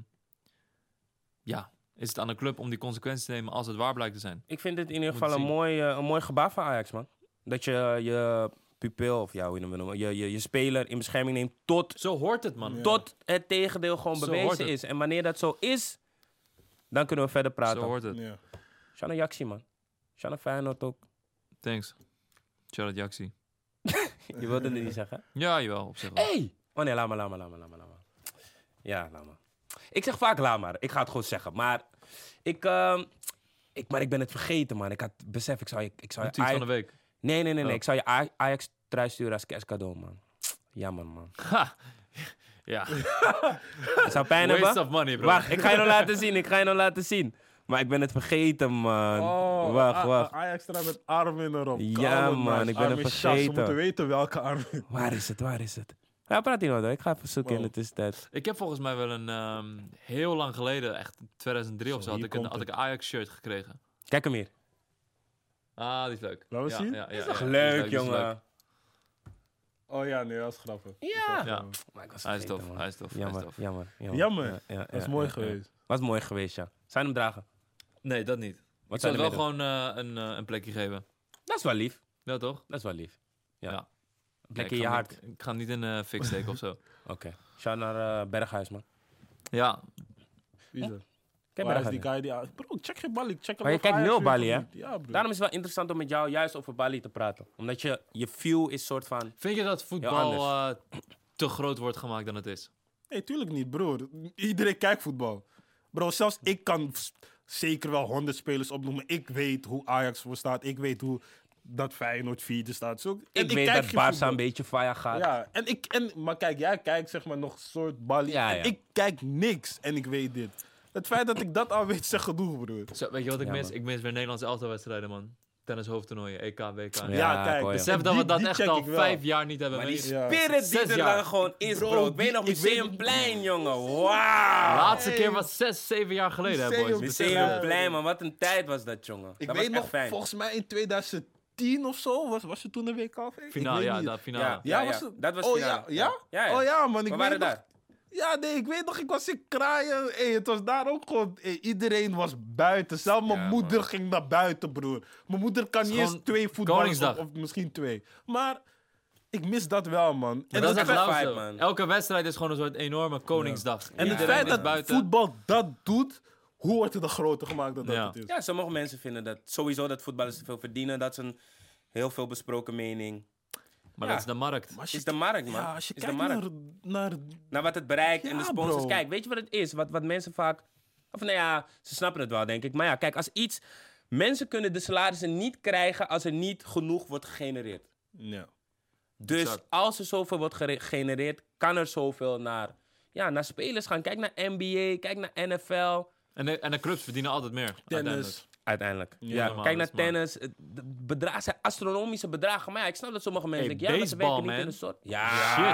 ja, is het aan de club om die consequenties te nemen als het waar blijkt te zijn. Ik vind dit in ieder Moet geval een zien. mooi, eh, een mooi gebaar van Ajax, man. Dat je je pupil, of ja, hoe je hem wil noemen, je, je, je speler in bescherming neemt tot, Zo hoort het, man. Ja. tot het tegendeel gewoon Zo hoort bewezen het. is. En wanneer dat zo is, dan kunnen we verder praten. Zo hoort het. Ja. Shanna Jaxi, man. Shanna Feyenoord ook. Thanks. Charlotte Jaxi. Je wilde het niet zeggen? Ja, jawel, op zich wel. Hey! Oh nee, laat maar, laat maar, laat maar, laat maar. laat maar. Ja, laat maar. Ik zeg vaak laat maar. Ik ga het gewoon zeggen. Maar ik, ehm, ik, maar ik ben het vergeten, man. Ik had besef, ik zou je... Ik zou Een je tweet van Aj- de week. nee, nee, nee, nee. Oh. Ik zou je Aj- Ajax trui sturen als kerstcadeau, man. Jammer, man. Ha! Ja. Het zou pijn Waste hebben. of money, bro. Wacht, ik ga je nog laten zien. Ik ga je nog laten zien. Maar ik ben het vergeten, man. Oh, wacht, A- wacht. A- Ajax eruit met Armin erop. Ja, Kalm, man, nice. ik ben het Armin Schaas, vergeten. We moeten weten welke Armin. Waar is het, waar is het? Ja, praat hier nog door. Ik ga even zoeken Wow. in de tussentijd. Ik heb volgens mij wel een ehm, heel lang geleden, echt tweeduizend drie of Zo, zo, had hier ik een, komt had ik een Ajax-shirt gekregen. Kijk hem hier. Ah, die is leuk. Laat me ja, zien. Ja, ja, Is ja, toch die is leuk, die is leuk. jongen? Oh ja, nee, dat is grappig. Ja. Ja. Maar ik was Hij is vergeten, tof, man. hij is tof, hij is Jammer, tof. jammer, jammer. Jammer. Ja, ja, Dat is ja, mooi ja, geweest. ja. Was mooi geweest, ja. Zou je hem dragen? Nee, dat niet. Wat Ik zou zou het je wel ermee gewoon eh, een, eh, een plekje geven. Dat is wel lief. Ja, toch? Dat is wel lief. Ja. Ja. Een Nee, plekje ik in je ga hart. niet- Ik ga niet in een fik steken of zo. Oké. Shout naar eh, Berghuis, man. Ja, Wie is dat? Kijk Waar maar is die guy die... aan- Bro, check geen Bali. Check Maar je of kijkt Ajax nul wint Bali, of hè? niet. Ja, bro. Daarom is het wel interessant om met jou juist over Bali te praten. Omdat je, je view is soort van... Vind je dat Heel voetbal anders. eh, te groot wordt gemaakt dan het is? Nee, tuurlijk niet, broer. Iedereen kijkt voetbal. Bro, zelfs ik kan s- zeker wel honderd spelers opnoemen. Ik weet hoe Ajax voor staat. Ik weet hoe dat Feyenoord vierde staat. Zo, en Ik weet kijk dat geen Barça voetbal. een beetje fire gaat. Ja, en ik, en, maar kijk, jij kijkt zeg maar nog soort Bali. Ja, En ja. ik kijk niks en ik weet dit. Het feit dat ik dat al weet, zegt genoeg, broer. Zo, weet je wat ik Ja, mis? man. Ik mis weer Nederlandse elftalwedstrijden, man. Tennis hoofdtoernooien, E K, W K. Ja, Ja, kijk. ik hoor je. Besef dat die- we dat die echt check al ik wel. vijf jaar niet hebben Maar die meegemaakt. Ja. spirit die Zes er jaar. dan gewoon is, Bro, bro. Ik weet die- nog, ik weet- Museumplein, jongen. Wauw. Laatste Hey. keer was zes, zeven jaar geleden, hè, Museum- boys. Museum- Museumplein, man. Wat een tijd was dat, jongen. Ik dat weet was nog, echt fijn. volgens mij in twintig tien of zo, was, was je toen een W K? Ik Finale, weet ja, niet. dat finale. Ja. Ja, was het? dat was oh, finale. Ja? Ja? Ja, ja. Oh ja, man. Ik We weet waren nog, daar. Ja, nee, ik weet nog, ik was in kraaien. Hey, het was daar ook gewoon... hey, iedereen was buiten. Zelfs mijn Ja, moeder man. ging naar buiten, broer. Mijn moeder kan Het niet is eens gewoon twee voetballers Koningsdag. of, of misschien twee. Maar ik mis dat wel, man. Maar En dat is het echt vet lauw vibe, zo. man. Elke wedstrijd is gewoon een soort enorme Koningsdag. En het Iedereen feit is dat buiten. voetbal dat doet, hoe wordt het er groter gemaakt dan dat Ja. het is? Ja, sommige mensen vinden dat sowieso dat voetballers te veel verdienen. Dat is een heel veel besproken mening. Maar Ja. dat is de markt. Maar als je, Is de markt, man. ja, als je is de kijkt markt. naar, naar... Naar wat het bereikt en Ja, de sponsors. bro. Kijk, weet je wat het is? Wat, wat mensen vaak... Of nou ja, ze snappen het wel, denk ik. Maar ja, kijk, als iets... Mensen kunnen de salarissen niet krijgen als er niet genoeg wordt gegenereerd. Ja. Dus Exact. als er zoveel wordt gere- gegenereerd, kan er zoveel naar, ja, naar spelers gaan. Kijk naar N B A, kijk naar N F L. En de, en de clubs verdienen altijd meer. uiteindelijk. Tennis. Uiteindelijk. Ja, Ja, normaal, kijk dat naar is maar- tennis. Het- De bedragen zijn astronomische bedragen. Maar ja, ik snap dat sommige mensen Hey, denken, ja, maar ze baseball, werken niet man. in een soort... Ja,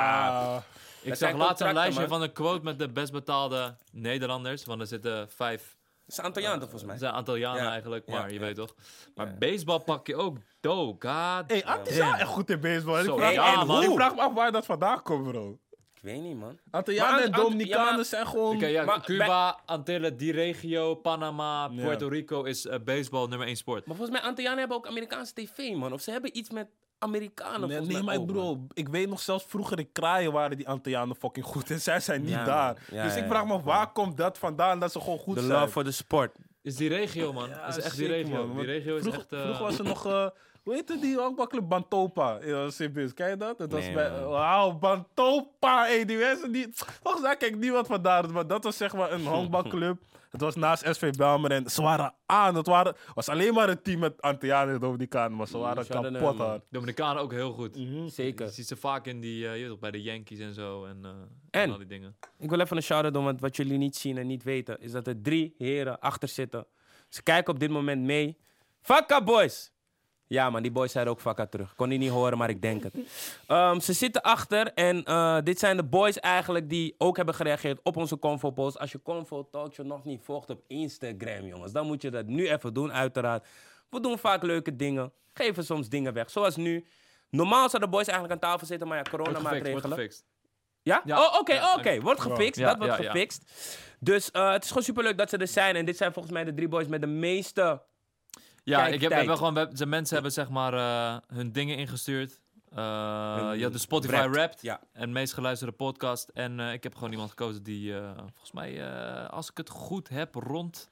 Ah, Ik Dat zag zijn laatst een contracten, lijstje man. van een quote met de best betaalde Nederlanders. Want er zitten vijf... dat is Antillianen volgens Het mij. zijn Antillianen Ja. eigenlijk, Ja, maar je ja. weet toch. Maar Ja. baseball pak je ook do. God. hey, Ant is wel echt goed in baseball. En Ik Zo, vraag, ja, en man. ik vraag me af waar dat vandaan komt, bro. Ik weet niet, man. Antillianen Maar en Ant- Ant- Dominicanen ja, maar- zijn gewoon... Oké, ja, Maar Cuba, Antillen, die regio, Panama, Ja. Puerto Rico is eh, baseball nummer één sport. Maar volgens mij, Antillianen hebben ook Amerikaanse tv, man. Of ze hebben iets met Amerikanen, Nee, volgens nee, mij maar ook, bro, man. ik weet nog zelfs vroeger in kraaien waren die Antillianen fucking goed. En zij zijn niet Ja, man. daar. Ja, dus ja, ik vraag me, ja. waar komt dat vandaan dat ze gewoon goed De zijn? love for the sport. Is die regio, man. Ja, is echt die zeker, regio. man. Die Want regio is vroeger, echt... eh, Vroeger was er nog... eh, hoe heette die honkbalclub? Bantopa. Ja, Sibis. Ken je dat? Het was Nee, bij... man. Wauw, Bantopa. Hey, die mensen die... Volgens mij kijk niemand vandaan. Maar dat was zeg maar een honkbalclub. Het was naast S V Belmer en ze waren aan. Het waren, was alleen maar een team met Antillianen en Dominicanen. Maar ze waren ze hadden, kapot eh, hard. Dominicanen ook heel goed. Mhm. Zeker. Je ziet ze vaak in die, eh, je weet toch, bij de Yankees en zo. En, eh, En? en al die dingen. Ik wil even een shout-out doen, want wat jullie niet zien en niet weten, is dat er drie heren achter zitten. Ze kijken op dit moment mee. Fakka boys! Ja man, die boys zeiden ook fakka terug. Kon die niet horen, maar ik denk het. Ehm, ze zitten achter en eh, dit zijn de boys eigenlijk die ook hebben gereageerd op onze Convo-post. Als je Convo Talkshow nog niet volgt op Instagram, jongens, dan moet je dat nu even doen, uiteraard. We doen vaak leuke dingen, geven soms dingen weg. Zoals nu. Normaal zouden de boys eigenlijk aan tafel zitten, maar ja, Wordt gefixt, wordt coronamaatregelen. gefixt. Ja? Ja. Oh, oké, Ja, oké. Wordt gefixt. Ja, dat wordt ja, ja. gefixt. Dus eh, het is gewoon superleuk dat ze er zijn. En dit zijn volgens mij de drie boys met de meeste... Ja, Kijk, ik heb, we tijd. hebben gewoon, we hebben- de mensen hebben zeg maar eh, hun dingen ingestuurd. Eh, Hun je had de Spotify Wrapped, Wrapped ja. en meest geluisterde podcast. En eh, ik heb gewoon iemand gekozen die, eh, volgens mij, eh, als ik het goed heb, rond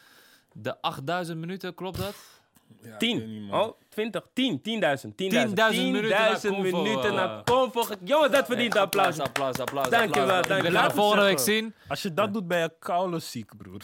de achtduizend minuten, klopt dat? Ja, ik weet niet, tien. man. Oh, twintig. tien. tienduizend. tienduizend. tienduizend minuten naar tienduizend Convo, minuten eh. naar Convo. ge- Jongens, dat verdient een applaus. Applaus, applaus, Dankjewel, applaus. dankjewel. We gaan het volgende week Zeggen. zien. Als je dat doet, ben je koude ziek, broer.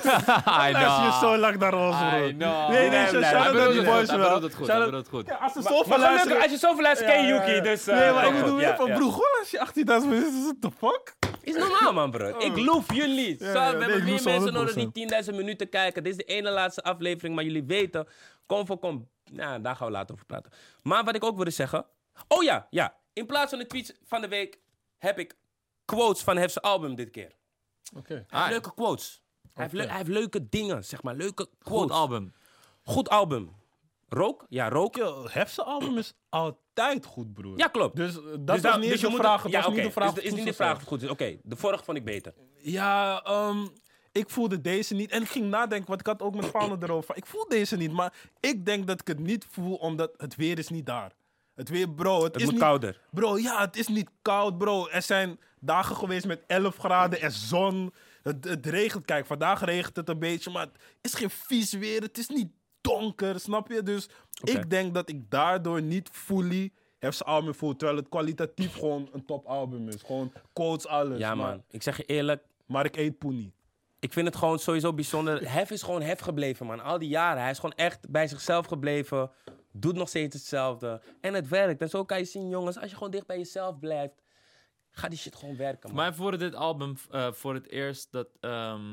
I Luister je zo know. lang naar ons, broer. I know. Nee, nee, Nee, shout nee, out Hij naar bedoelt die het goed, boys hij wel. bedoelt het goed, hij Shout-out- bedoelt het goed. Ja, als ze Maar, zoveel maar gelukkig, luisteren... als je zoveel luistert, ken je Ja, ja, Yuki. ja. Dus, eh, Nee, maar ik goed, bedoel ja, weer van, ja. broer, gewoon als je achttienduizend minuten... What the fuck? Is normaal, man, bro. Ik loof jullie. Zo, ja, we nee, hebben ik meer loof ze mensen honderd nodig die procent. tienduizend minuten kijken. Dit is de ene laatste aflevering, maar jullie weten. Convo komt... Nou, daar gaan we later over praten. Maar wat ik ook wilde zeggen... Oh ja, ja. In plaats van de tweets van de week heb ik quotes van Hef's album dit keer. Oké. Hij heeft Ah, leuke quotes. Hij, heeft leu- hij heeft leuke dingen, zeg maar. Leuke quotes. Goed album. Goed album. Rook? Ja, Rook. Yo, Hefse album is altijd goed, broer. Ja, klopt. Dus uh, dat Dus is dan- niet dus eens je de moet vraag. het- Het ja, was oké. niet de vraag. Is, de- is of niet de het vraag goed of het goed is. Oké, de vorige vond ik beter. Ja, ehm, ik voelde deze niet. En ik ging nadenken, want ik had ook met Founder erover. van, Ik voel deze niet, maar ik denk dat ik het niet voel omdat het weer is niet daar. Het weer, bro, het, Het is moet niet... kouder. Bro, ja, het is niet koud, bro. Er zijn dagen geweest met elf graden en zon. Het, het regent, kijk, vandaag regent het een beetje, maar het is geen vies weer. Het is niet donker, snap je? Dus Oké. ik denk dat ik daardoor niet fully heb zijn album voel, terwijl het kwalitatief gewoon een topalbum is. Gewoon quotes, alles. Ja, maar, man. Ik zeg je eerlijk, Maar ik eet poenie. ik vind het gewoon sowieso bijzonder. Hef is gewoon Hef gebleven, man. Al die jaren. Hij is gewoon echt bij zichzelf gebleven. Doet nog steeds hetzelfde. En het werkt. En zo kan je zien, jongens, als je gewoon dicht bij jezelf blijft, gaat die shit gewoon werken, Voor man. mij voor dit album uh, voor het eerst dat ehm,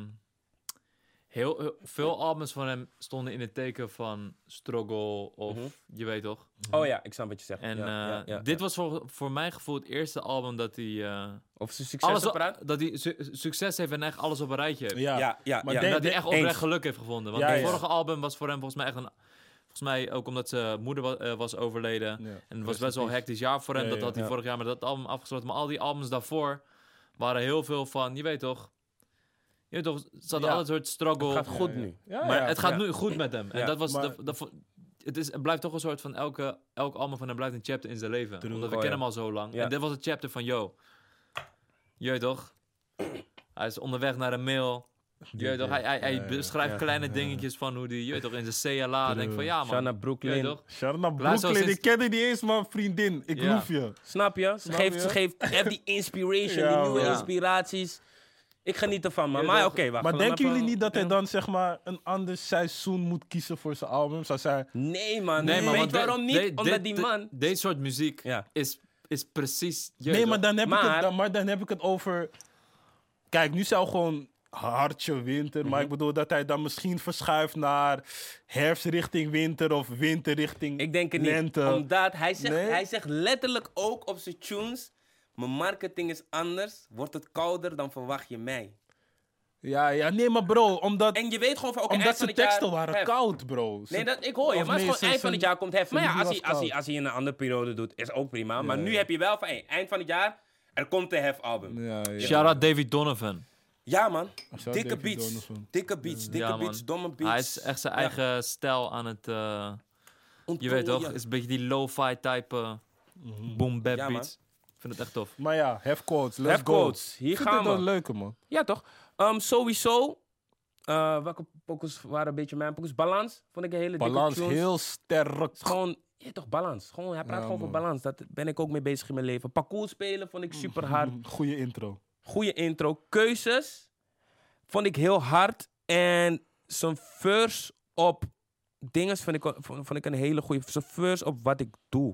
heel, heel veel albums van hem stonden in het teken van struggle of Mhm. je weet toch. Oh ja, ik snap wat je zegt. En ja, uh, ja, ja, dit ja. was voor, voor mijn gevoel het eerste album dat hij uh, Of ze succes alles op, praat? dat hij su- succes heeft en echt alles op een rijtje heeft. Ja, Ja, ja, maar ja. denk- Dat hij echt oprecht Eens. geluk heeft gevonden. Want Ja, het ja. vorige album was voor hem volgens mij echt een... Volgens mij ook omdat zijn moeder wa- uh, was overleden. Ja. En het was Rest best wel in een hectisch jaar voor hem. Ja, dat ja. had hij Ja. vorig jaar met dat album afgesloten. Maar al die albums daarvoor waren heel veel van... Je weet toch... Je weet toch, ze hadden Ja. altijd een soort struggle. Het gaat goed Ja, ja. nu. Ja, maar ja. het gaat Ja. nu goed met hem. En Ja. dat was... Maar- de, de, vo- het, is, het blijft toch een soort van... Elke, elk album van hem blijft een chapter in zijn leven. True. Omdat we Oh, kennen ja. hem al zo lang. Ja. En dit was het chapter van... Yo, je weet toch... Hij is onderweg naar een mail... Je weet toch, hij, hij, hij Ja, ja, beschrijft ja. kleine dingetjes van hoe die, je weet toch, in zijn C L A denkt van ja Shout naar man, je weet Brooklyn. toch. Shout naar Luister, Brooklyn, sinds- ik ken die niet eens, man, vriendin. Ik Ja. roef je. Snap je? Ze Snap geeft, je? ze geeft echt die inspiration, Ja, die nieuwe man. inspiraties. Ik geniet ervan, man. Ja, Maar toch? oké, wacht. Maar laat denken even- jullie niet dat hij dan, zeg maar, een ander seizoen moet kiezen voor zijn album? Zoals hij... Nee, man. Nee, man, Weet want je waarom de- niet? de- Omdat dit- die de- man... Deze soort muziek Ja. is, is precies... je Nee, weet maar toch. dan, heb ik Maar- het, dan, maar dan heb ik het over... Kijk, nu zou gewoon hartje winter. Mhm. Maar ik bedoel dat hij dan misschien verschuift naar herfst richting winter of winter richting Ik denk het niet. lente. Omdat hij zegt, Nee? hij zegt letterlijk ook op zijn tunes... Mijn marketing is anders. Wordt het kouder, dan verwacht je mij. Ja, ja, nee, maar bro, omdat, En je weet gewoon van... oké, omdat eind van zijn het jaar, teksten waren hef. koud, bro. Nee, dat, ik hoor je. Of Maar het nee, is gewoon eind van zijn- het jaar komt hef. Maar ja, zijn als liedje hij, als, was hij, als hij in een andere periode doet, is ook prima. Maar Ja, nu ja. heb je wel van... Hey, eind van het jaar, er komt een hef-album. Ja, ja. Shout-out David Donovan. Ja, man. Shout-out Dikke David beats. Donovan. Dikke beats, dikke Ja, man. beats, domme beats. Hij is echt zijn Ja. eigen stijl aan het... eh, je weet toch, Ontplooien. is een beetje die lo-fi type uh, boom bap Ja, man. beats. Ik vind het echt tof. Maar ja, have quotes, let's Hef go. quotes. Hier Ik vind gaan het wel we. een leuke, man. Ja, toch? Ehm, sowieso. eh welke pokus waren een beetje mijn pokus? Balans. Vond ik een hele dikke Balans tunes. heel sterk. Gewoon, ja toch, balans. Gewoon, hij praat Ja, gewoon voor man. balans. Dat ben ik ook mee bezig in mijn leven. Parcours spelen vond ik super hard. Goeie intro. Goede intro. Keuzes vond ik heel hard. En zijn verse op dingen vond ik, vond, vond ik een hele goede. Zijn verse op wat ik doe.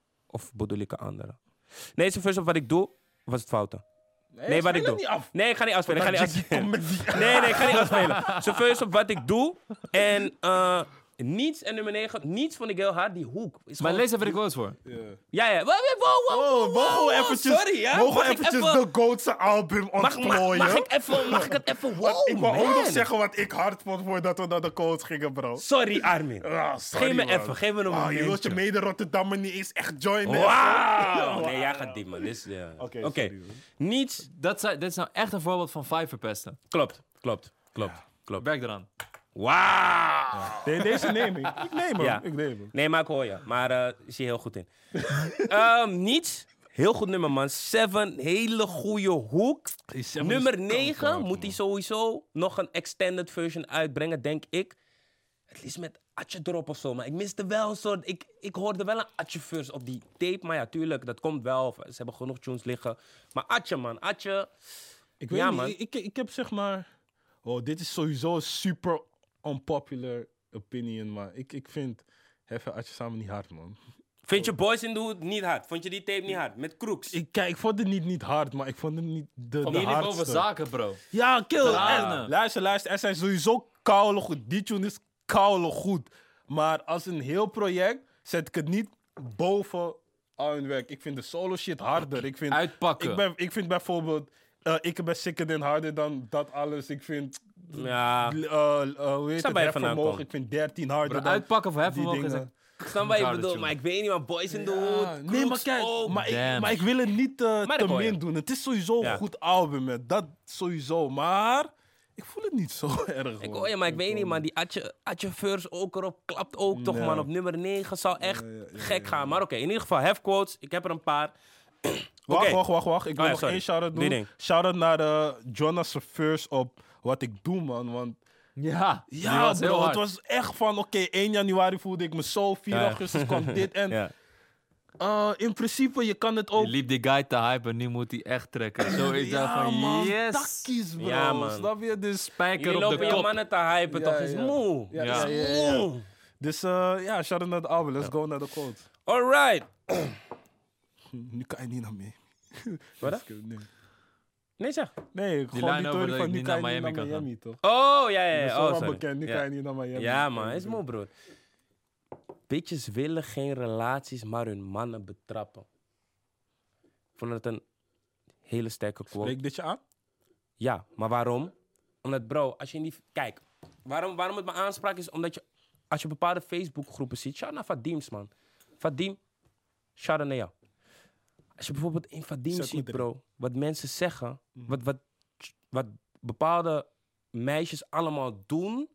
Of bedoel ik een andere? Nee, zijn verse op wat ik doe was het fouten. Nee, wat ik doe. Niet af. Nee, ik ga niet afspelen. Ik ga niet Dat afspelen. comedy. Nee, nee, ik ga niet afspelen. Zijn verse op wat ik doe. En eh niets en nummer negen. Niets vond ik heel hard. Die hoek. Is Maar gewoon- lees even de quotes voor. Ja. Ja, ja. Wow, wow, wow, Oh, mogen we wow, eventjes, Sorry, ja. mogen Mag we ik eventjes even- de Goatse album Mag, mag, ontplooien? mag ik even, mag ik het even? Wow, Want ik wil ook nog man. zeggen wat ik hard vond voordat we naar de coach gingen, bro. Sorry, Armin. Ah, sorry, Geef me man. even, geef me een Ah, je momentje. wilt je mede Rotterdammer niet eens echt joinen. Wauw. Nee, jij gaat diep, man. Dit is, ja. Oké, Oké. sorry, man. Niets. Dat zijn, dit is nou echt een voorbeeld van vijf verpesten. Klopt, klopt, klopt, klopt. Werk eraan. Wauw. Nee, deze neem ik. Ik neem hem. Ja. Ik neem hem. Nee, maar ik hoor je. Maar eh is je heel goed in. Ehm, niets. Heel goed nummer, man. Seven, hele goede hoek. Nummer negen moet hij sowieso nog een extended version uitbrengen, denk ik. Het liefst met Atje erop of zo. Maar ik miste wel een soort... Ik, ik hoorde wel een Atje verse op die tape. Maar ja, tuurlijk, dat komt wel. Ze hebben genoeg tunes liggen. Maar Atje, man. Atje... Ik weet Ja, niet, man. Ik, ik heb zeg maar... Oh, dit is sowieso een super unpopular opinion, maar ik, ik vind Hef Atje samen niet hard, man. Vind je Boys in the Hood niet hard? Vond je die tape niet hard? Met Crooks? Ik, kijk, ik vond het niet, niet hard, maar ik vond het niet de, Van de hier over hardste. zaken, bro. Ja, kill. Tranen. En, luister, luister. Er zijn sowieso koude goed. Die tune is koude goed. Maar als een heel project zet ik het niet boven al hun werk. Ik vind de solo shit harder. Ik vind, Uitpakken. ik, ben, ik vind bijvoorbeeld... eh, ik ben sicker dan harder dan dat alles. Ik vind... Ja. Uh, uh, hoe heet Snap het? waar je vandaan Hefvermogen. komt. Ik vind dertien harder Bro, dan uitpakken voor die hefvermogen is dingen. echt... Ik snap wat je Harde bedoelt, tune. maar ik weet niet, man. Boys in the Ja, Hood, nee, maar Crooks kijk, ook. maar ik, Damn. maar ik wil het niet uh, Maar te ik hoor je. min doen. Het is sowieso Ja. een goed album, man. Dat sowieso. Maar ik voel het niet zo erg. Ik man. hoor je, maar ik weet niet, man. Die Atje, Atje Verse ook erop klapt ook toch, Ja. man. Op nummer negen zou echt Ja, ja, ja, gek ja, gaan. Maar oké, in ieder geval, have quotes. Ik heb er een paar. Wacht, Oké. wacht, wacht, wacht. Ik wil Oh ja, nog sorry. één shout-out Doe doen. je ding. Shout-out naar uh, Jonas Verse op wat ik doe, man. Want Ja, die ja, was heel bro, het hard. was echt van, oké, één januari voelde ik me zo, vier Ja. augustus kwam dit. En Ja. uh, in principe, je kan het ook... Je liep die guy te hypen, nu moet hij echt trekken. Zo is dat ja, van, man, yes. takkies, bro. Ja, man. Snap je? Dus, Spijker Jullie op de lopen je kop. mannen te hypen, Ja, toch? Is ja. moe. ja, Ja. ja, ja, ja. Moe. Dus uh, ja, shout-out naar de album. Let's go naar de quote. Alright. Nu kan je niet naar mee. Wat? Nee, Nee, zeg. nee gewoon lijn die over theorie dat van ik nu niet kan je naar niet naar Miami kan Miami, toch? Oh, ja, ja, Dat is ja. zo Oh, wel sorry. bekend. Nu Ja. kan je niet naar Miami. Ja, man. Is moe, broer. Bitches willen geen relaties, maar hun mannen betrappen. Ik vond het een hele sterke quote. Spreek dit je aan? Ja, maar waarom? Omdat, bro, als je in die... Kijk, waarom, waarom het me aansprak is omdat je... Als je bepaalde Facebookgroepen ziet... Shout naar Vadims, man. Vadim, shout naar jou. Als je bijvoorbeeld in Vadim Zet me ziet, erin. bro... Wat mensen zeggen... Wat, wat, wat bepaalde meisjes allemaal doen...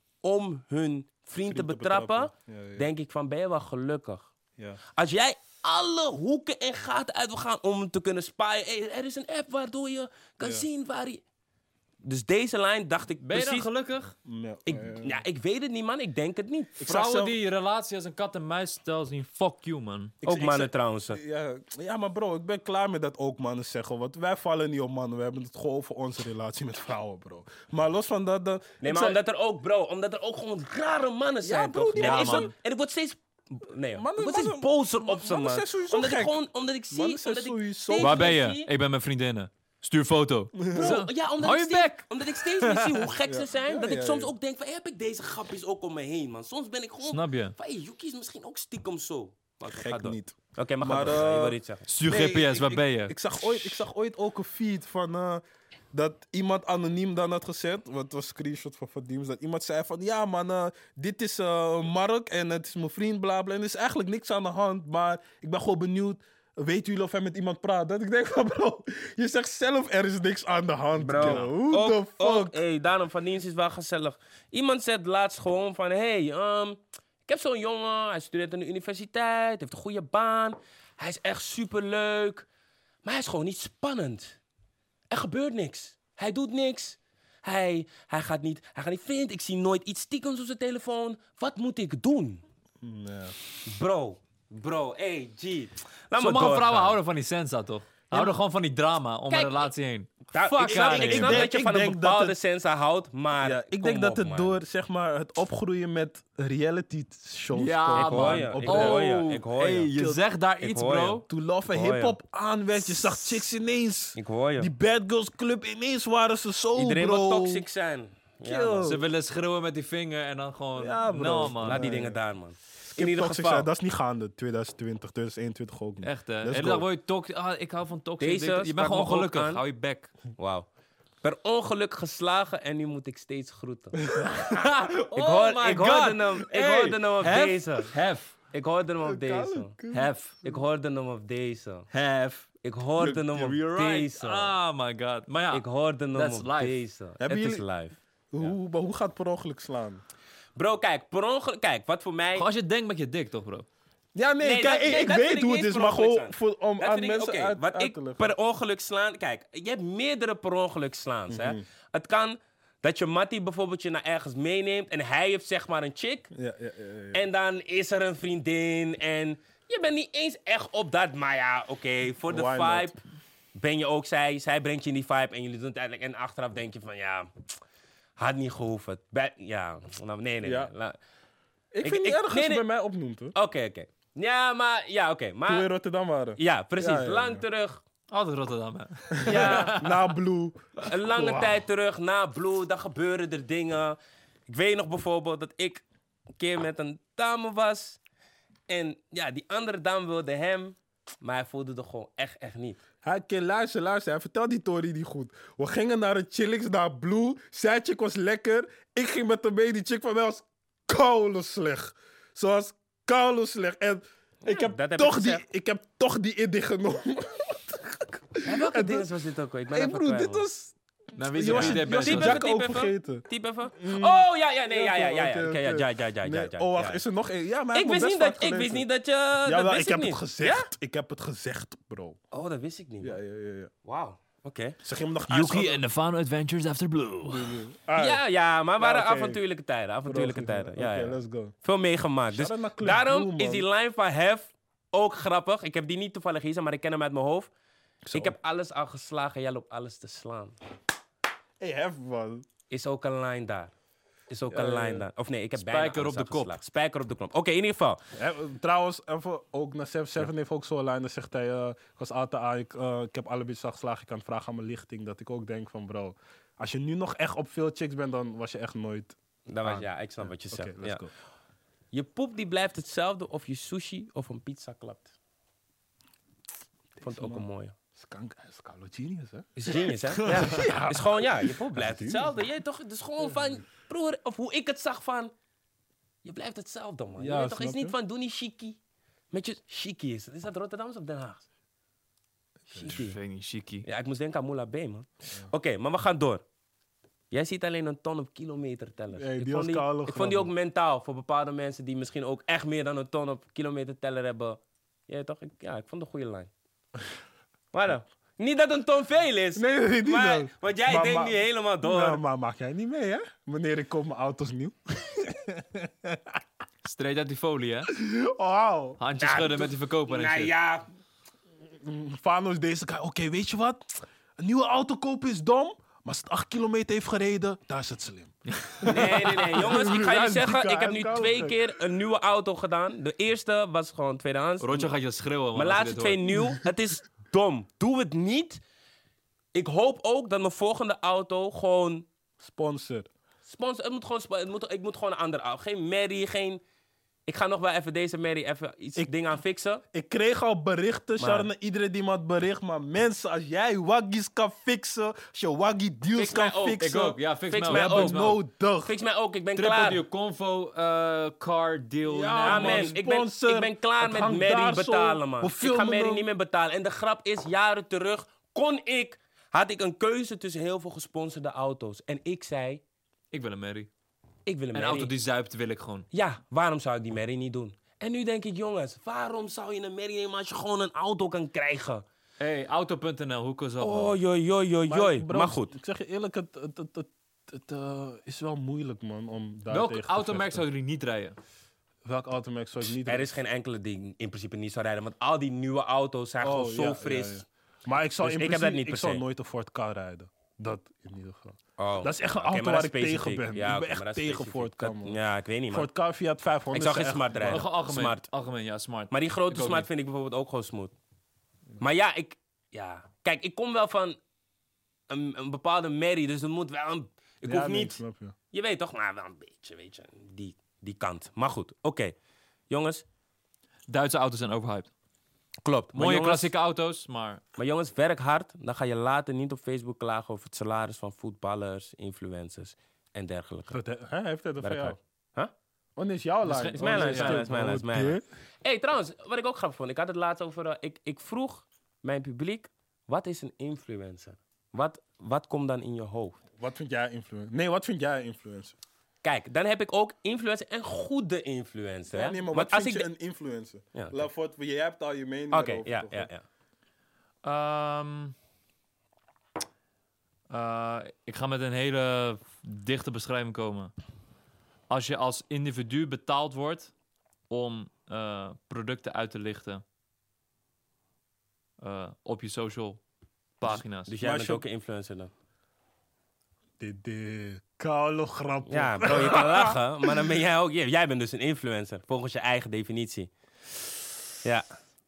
Om hun vriend te betrappen... Ja, ja, Denk ik van, ben je wel gelukkig? ja. Als jij alle hoeken en gaten uit wil gaan om hem te kunnen spaaien. Hey, er is een app waardoor je kan Ja. zien waar hij... Dus deze lijn dacht ik Ben je dan precies... gelukkig? Ja, Ik, ja, ja. ja, ik weet het niet, man. Ik denk het niet. Ik zag Vrouwen zelf- die relatie als een kat en muis stel zien, fuck you, man. ik- Ook ik mannen zeg- trouwens. Ja, ja, maar bro, ik ben klaar met dat ook mannen zeggen. Want wij vallen niet op mannen. We hebben het gewoon over onze relatie met vrouwen, bro. Maar los van dat... dan Nee, ik maar zei- omdat er ook, bro, omdat er ook gewoon rare mannen zijn, bro, toch? die en, mannen ik word- zijn- en ik word steeds... Nee, Mannen- ik word steeds mannen- bozer op mannen ze, man. zijn sowieso Omdat ik gek. gewoon, omdat ik zie... Mannen zijn Omdat ik sowieso- steeds Waar ben meer je? zie- Ik ben met vriendinnen. Stuur foto. Bro, ja, omdat, Hou ik je steeds, bek. omdat ik steeds meer zie hoe gek ze zijn. Ja, dat ik ja, soms ja. ook denk van, hey, heb ik deze grapjes ook om me heen, man. Soms ben ik gewoon... Snap je? Van, hey, Yuki is misschien ook stiekem zo. Maar oké, ga Gek door. niet. Oké, maar ga Maar, door. eh, Je wil iets zeggen. Stuur Nee, G P S, ik- waar ik- ben je? Ik zag, ooit, ik zag ooit ook een feed van... eh, dat iemand anoniem dan had gezet. Wat was een screenshot van Vadims. Dat iemand zei van... Ja man, eh, dit is eh, Mark en het is mijn vriend, bla bla. En er is eigenlijk niks aan de hand. Maar ik ben gewoon benieuwd... Weten jullie of hij met iemand praat? Dat ik denk van bro... Je zegt zelf er is niks aan de hand. Bro, hoe ook, the fuck? ook, hey, daarom, Van Dienst is wel gezellig. Iemand zegt laatst gewoon van... Hey, ehm, ik heb zo'n jongen. Hij studeert aan de universiteit. Heeft een goede baan. Hij is echt superleuk. Maar hij is gewoon niet spannend. Er gebeurt niks. Hij doet niks. Hij, hij, gaat niet, hij gaat niet vriend. Ik zie nooit iets stiekems op zijn telefoon. Wat moet ik doen? Ja. Bro, bro, hey, G. Laat me Sommige doorgaan. vrouwen houden van die sensa, toch? Houden gewoon van die drama om Kijk, een relatie heen. Daar- Fuck ik snap, outta ik here. snap Ik dat je denk- van ik een denk dat bepaalde het- sensa houdt, maar... Ja, ik kom denk dat op, het man. door zeg maar, het opgroeien met reality shows Ja, komt, Ik hoor man. je, Op ik de- hoor je, Oh, ik hoor hey, je. je zegt daar Ik iets, hoor je. bro. Toen Love en Ik hoor je. hip-hop aan werd, je zag chicks ineens. Ik hoor je. Die Bad Girls Club, ineens waren ze zo, Iedereen bro. wil toxic zijn. Ja, Kill. man. Ze willen schreeuwen met die vinger en dan gewoon... Ja, bro. No, man. Laat die Ja, dingen ja. daar, man. Skip In ieder toxic geval. zijn, dat is niet gaande. twintig twintig, twintig eenentwintig ook niet. Echt, hè. Let's En go. dan word je toxic. Ah, ik hou van toxic. Deze je bent sprak gewoon me ook gelukkig. aan. Hou je bek. Wauw. Per ongeluk geslagen en nu moet ik steeds groeten. ik oh hoor, my ik God. hoorde hem, ik Hey, hoorde hem op hef, deze. Hef. Ik hoorde hem op deze. Hef. Ik hoorde hem op deze. Hef. Ik hoorde hem op You're right. deze. Oh my god. Maar ja, Ik hoorde hem That's op life. deze. Het Hebben is jullie- live. Hoe, maar hoe gaat per ongeluk slaan? Bro, kijk, per ongeluk... Kijk, wat voor mij... gewoon als je denkt met je dik, toch, bro? Ja, nee, Nee, kijk, dat- ik, nee, ik dat vind weet ik hoe niet het is, per maar ongeluk gewoon zijn. voor, om Dat aan vind ik- mensen oké, uit, wat uit ik te leggen. per ongeluk slaan... Kijk, je hebt meerdere per ongeluk slaans, hè. Mhm. Het kan dat je Mattie bijvoorbeeld je naar ergens meeneemt... en hij heeft zeg maar een chick... Ja, ja, ja, ja. en dan is er een vriendin en... je bent niet eens echt op dat... maar ja, oké, voor de Why vibe... not? ben je ook zij. Zij brengt je in die vibe en jullie doen het uiteindelijk... en achteraf denk je van, ja... had niet gehoeven. Be- ja, nou, nee, nee, Ja. nee. La- Ik ik- vind het ik- niet erg als nee, je nee. bij mij opnoemt, hoor. Oké, oké. Ja, maar... Ja, oké. Toen we maar... in Rotterdam waren. Ja, precies. Ja, ja, ja. Lang terug. Altijd Rotterdam, hè. Ja, Na Blue. een lange Wow. tijd terug, na Blue, dan gebeuren er dingen. Ik weet nog bijvoorbeeld dat ik een keer met een dame was. En ja, die andere dame wilde hem, maar hij voelde er gewoon echt, echt niet. Hij kan luister, luister. Hij vertelt die Tory niet goed. We gingen naar een chillings, naar Blue. Zij chick was lekker. Ik ging met hem mee. Die chick van mij was koude slecht. Ze was koude slecht. En ik, heb dat heb toch ik die, gezegd. ik heb toch die indie genomen. En welke dingen was dit ook al? Ik ben Hé even broer, kwijt, dit man. was... Nou, wie is Je was wie je deed je was best je Type wel? even, Jack type ook even. vergeten. Type even. Oh, ja, ja, nee, ja, ja, ja. Oké, ja. oké, Oké, ja, oké. ja, ja, ja, ja, Nee, ja. oh, wacht, ja. is er nog één? Ja, maar Ik wist, niet dat, ik wist niet dat je... Ja, dat wel, wist ik heb niet. het gezegd. Ik heb het gezegd, bro. Oh, dat wist ik niet. Ja, ja, ja. ja. Wauw, oké. Zeg je hem nog Yuki and the Final Adventures After Blue. Ja, ja, maar het waren Ja, oké. avontuurlijke tijden. Avontuurlijke tijden. Ja, Oké, ja. let's go. Veel meegemaakt. Dus Shout-out naar Club daarom Blue, is man. die line van Hef ook grappig. Ik heb die niet toevallig hier, maar ik ken hem uit mijn hoofd. Zo. Ik heb alles al geslagen, jij loopt alles te slaan. Hey, hef, man. Is ook een line daar. Is ook Ja, een ja, line ja. daar. Of nee, ik heb Spijker bijna alles op de al kop. geslagen. Spijker op de kop. Oké, in ieder geval. Hè, trouwens, even ook naar Seven Seven heeft ook zo'n lijn. Dan zegt hij, eh, ik was altijd aan, ik, eh, ik heb alle bitches al geslagen. Ik kan het vragen aan mijn lichting. Dat ik ook denk van, bro, als je nu nog echt op veel chicks bent, dan was je echt nooit... Dat was, Ah. ja, ik snap wat je Oké, zegt. let's Ja. go. Je poep die blijft hetzelfde of je sushi of een pizza klapt. Ik vond het ook een mooie. Skank, hij is Carlo Genius, hè? Is genius, hè? Ja. Is gewoon, ja, je poep blijft hetzelfde. Je, toch, het is gewoon van, broer, of hoe ik het zag van, je blijft hetzelfde, man. Ja, je weet toch, is snap niet je? van, doe niet chiqui. Met je chiqui is. Is dat Rotterdams of Den Haag? Ik Chiqui. weet niet, Shiki. Ja, ik moest denken aan Moula B, man. Oké, maar we gaan door. Jij ziet alleen een ton op kilometer tellen. Hey, ik, die vond was die, koude ik vond die ook grappig. mentaal voor bepaalde mensen die misschien ook echt meer dan een ton op kilometer teller hebben. Ja, toch? Ik, ja, ik vond het een goede lijn. Maar dan, niet dat een ton veel is. Nee, nee, niet maar, dan. want jij Maar- denkt maar- nu helemaal door. Nou, maar maak jij niet mee, hè? Wanneer ik koop mijn auto's nieuw. Straight uit die folie, hè? Oh, wauw. Handjes Ja, schudden toch- met die verkoper en nou shit. ja, Fano is deze guy. Oké, weet je wat? Een nieuwe auto kopen is dom. Maar als het acht kilometer heeft gereden, dan is het slim. nee, nee, nee. Jongens, ik ga Ja, jullie die zeggen, guy ik heb is nu koud, twee hè. keer een nieuwe auto gedaan. De eerste was gewoon tweedehands. Rotjo gaat je schreeuwen, man. Mijn als je laatste dit twee hoort. nieuw. Het is dom. Doe het niet. Ik hoop ook dat mijn volgende auto gewoon Sponsor. sponsor. Het moet gewoon, spo- het moet, ik moet gewoon een andere auto. Geen Mary, geen. Ik ga nog wel even deze Mary even iets Ik- dingen aan fixen. Ik kreeg al berichten, Maar- shout naar iedereen die me had bericht. Maar mensen, als jij waggies kan fixen, als je waggie deals Fix kan mij ook. fixen, Ik ook, ja, fix, Fix me mij ook. ook. Fix me ook. nodig. Fix mij ook. Ik ben Triple klaar. deal, convo, eh, car deal. Ja, Ja, nee, man, man, ik ben, sponsor. ik ben klaar Het met hangt Mary daar zo. betalen, man. We Ik ga filmen Mary hem. niet meer betalen. En de grap is, jaren terug kon ik, had ik een keuze tussen heel veel gesponsorde auto's. En ik zei, Ik wil een Mary. ik wil een Een Mary. auto die zuipt wil ik gewoon. Ja, waarom zou ik die Mary niet doen? En nu denk ik, jongens, waarom zou je een Mary nemen als je gewoon een auto kan krijgen? Hey, auto punt n l, hoe kan zo? Oh, joi, joi, joi, joi. bro, Maar goed. Ik zeg je eerlijk, het, het, het, het, het, eh, is wel moeilijk, man, om daar Welk tegen te automerk vechten. zou jullie niet rijden? Welk automerk zou ik niet... Er is geen enkele die ik in principe niet zou rijden. Want al die nieuwe auto's zijn gewoon zo Oh, ja, fris. ja, ja. Maar ik zou Dus in ik heb principe, dat niet ik per zou se. nooit een Ford Ka rijden. Dat in ieder geval. Oh. Dat is echt een Oké, auto maar waar dat ik is tegen specifiek. ben. Ja, ik oké, ben echt maar dat is tegen specifiek. Ford Ka, Dat- man. Ja, ik weet niet, man. Ford Ka Fiat vijfhonderd. Ik zou is geen echt- smart rijden. Gewoon algemeen. Smart. Algemeen, ja, smart. Maar die grote Ik ook smart niet. vind ik bijvoorbeeld ook gewoon smooth. Maar ja, ik... Ja. Kijk, ik kom wel van een, een bepaalde Mary, dus er moet wel een... Ik Ja, hoef nee, niet... ik snap je. Je weet toch, maar wel een beetje, weet je. Die, die kant. Maar goed, oké. Jongens, Duitse auto's zijn overhyped. klopt. Maar Mooie jongens, klassieke auto's, maar... Maar jongens, werk hard. Dan ga je later niet op Facebook klagen over het salaris van voetballers, influencers en dergelijke. Dat, hè, hij heeft het over Werk jou. hard. Huh? Wanneer is jouw Dat is lijn? geen- Is mijn lijn, is Ja, mijn lijn, is mijn lijn, is mijn lijn. Oké. Hey, trouwens, wat ik ook grappig vond. Ik had het laatst over... eh, ik, ik vroeg mijn publiek, wat is een influencer? Wat, wat komt dan in je hoofd? Wat vind jij influencer? Nee, wat vind jij influencer? Kijk, dan heb ik ook influencer en goede influencer. Ja, hè? nee, maar Want wat als vind ik je de- een influencer? Ja, oké. Laat voor het- jij hebt al je mening Oké, erover, ja, toch? ja, ja. Ehm, eh, ik ga met een hele dichte beschrijving komen. Als je als individu betaald wordt om eh, producten uit te lichten eh, op je social pagina's. Dus jij Maar bent als ook een influencer dan? Dit, dit, koude grap. Ja, bro, je kan lachen, maar dan ben jij ook... Jij jij bent dus een influencer, volgens je eigen definitie. Ja.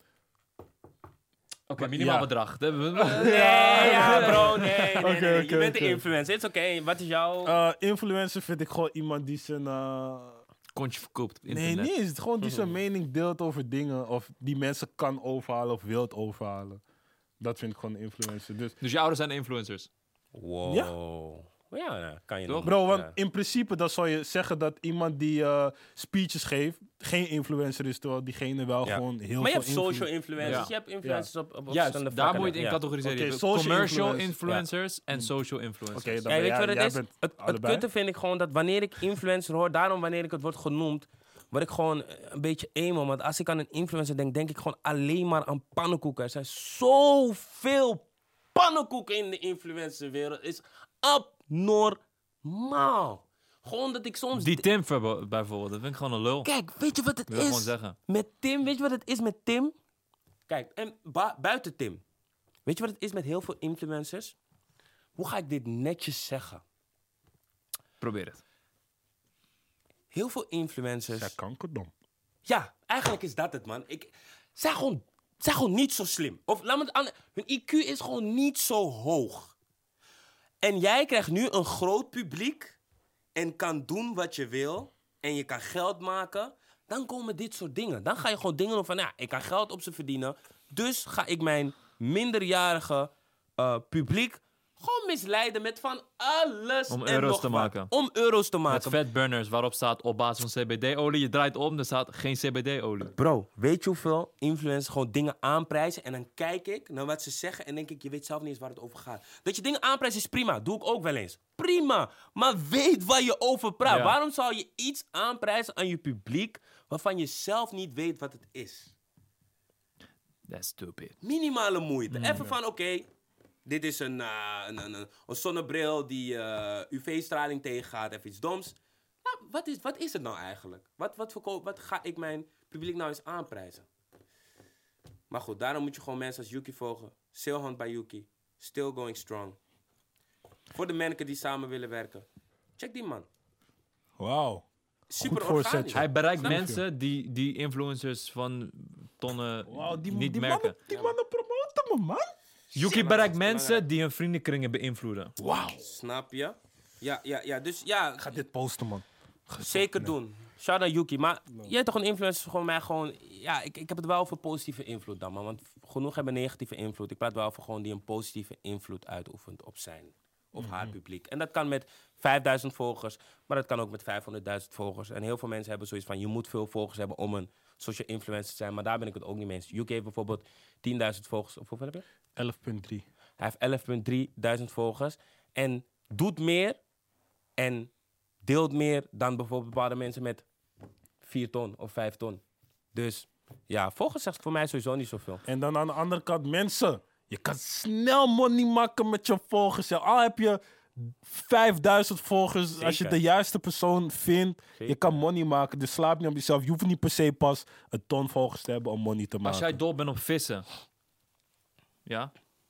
Oké, minimaal ja. bedrag. De- Nee, ja, bro, nee, nee, nee, nee. Oké, Je oké, bent een oké. influencer, het is oké. Wat is jouw... Eh, influencer vind ik gewoon iemand die zijn... eh, Kontje verkoopt op Nee, internet. niet eens. Gewoon die zijn mening deelt over dingen. Of die mensen kan overhalen of wilt overhalen. Dat vind ik gewoon een influencer. Dus Dus je ouders zijn influencers. Wow. Ja. Ja, ja, kan je Toch? nog. Bro, want Ja. in principe dan zou je zeggen dat iemand die eh, speeches geeft geen influencer is, terwijl diegene wel Ja. gewoon heel Maar je veel hebt social invloed- influencers. Ja. Je hebt influencers op, op, op Juist, verschillende daar vlakken. moet je het in Ja. categoriseren. Oké, Je hebt social commercial influence. influencers en social influencers. Oké, dan Ja, ben weet je jij- wat het jij is? bent Het, het allebei. kutte vind ik gewoon dat wanneer ik influencer hoor, daarom wanneer ik het word genoemd, word ik gewoon een beetje emo. Want als ik aan een influencer denk, denk ik gewoon alleen maar aan pannenkoeken. Er zijn zoveel pannenkoeken in de influencerwereld. Het is abnormaal. Gewoon dat ik soms... Die Tim verbo- bijvoorbeeld, dat vind ik gewoon een lul. Kijk, weet je wat het Wil ik is? gewoon zeggen. Met Tim, weet je wat het is met Tim? Kijk, en ba- buiten Tim. Weet je wat het is met heel veel influencers? Hoe ga ik dit netjes zeggen? Probeer het. Heel veel influencers... Zij kankerdom. Ja, eigenlijk is dat het, man. Ik, zijn, gewoon, zijn gewoon niet zo slim. Of laat me het aan... Hun I Q is gewoon niet zo hoog. En jij krijgt nu een groot publiek en kan doen wat je wil en je kan geld maken, dan komen dit soort dingen. Dan ga je gewoon dingen doen van, ja, ik kan geld op ze verdienen, dus ga ik mijn minderjarige eh, publiek gewoon misleiden met van alles Om en euro's nog te wat. maken. Om euro's te Met maken. fatburners waarop staat op basis van C B D-olie. Je draait om, er staat geen C B D-olie. Bro, weet je hoeveel influencers gewoon dingen aanprijzen? En dan kijk ik naar wat ze zeggen en denk ik, je weet zelf niet eens waar het over gaat. Dat je dingen aanprijst is prima, doe ik ook wel eens. Prima, maar weet waar je over praat. Ja. Waarom zou je iets aanprijzen aan je publiek waarvan je zelf niet weet wat het is? That's stupid. Minimale moeite. Even van, oké, dit is een, eh, een, een, een, een zonnebril die eh, U V-straling tegengaat, even iets doms. Nou, wat is, wat is het nou eigenlijk? Wat, wat, verkoop, wat ga ik mijn publiek nou eens aanprijzen? Maar goed, daarom moet je gewoon mensen als Yuki volgen. Sailhand bij Yuki. Still going strong. Voor de mensen die samen willen werken. Check die man. Wauw. Super Goed voorzetje. organisch. Hij bereikt Snap je? mensen die, die influencers van tonnen Wow, die, niet die, merken. mannen, die mannen promoten me, man. Yuki man, bereikt dat is mensen die hun vriendenkringen beïnvloeden. Wauw. Snap je? Ja, ja, ja. Dus ja, Ga dit posten, man. zeker doen. Shout out Yuki. Maar jij toch een influencer is gewoon mij gewoon... Ja, ik, ik heb het wel over positieve invloed dan, man. Want genoeg hebben negatieve invloed. Ik praat wel over gewoon die een positieve invloed uitoefent op zijn of haar publiek. En dat kan met vijfduizend volgers, maar dat kan ook met vijfhonderdduizend volgers. En heel veel mensen hebben zoiets van, je moet veel volgers hebben om een social influencer te zijn. Maar daar ben ik het ook niet mee eens. Yuki heeft bijvoorbeeld tienduizend volgers. Of hoeveel heb je? elf komma drie. Hij heeft elf komma drie duizend volgers. En doet meer en deelt meer dan bijvoorbeeld bepaalde mensen met vier ton of vijf ton. Dus ja, volgers zegt voor mij sowieso niet zoveel. En dan aan de andere kant, mensen. Je kan snel money maken met je volgers. Ja, al heb je vijfduizend volgers. Als je Zeker. de juiste persoon vindt, je Zeker. kan money maken. Dus slaap niet op jezelf. Je hoeft niet per se pas een ton volgers te hebben om money te maken. Als jij dol bent op vissen, ja,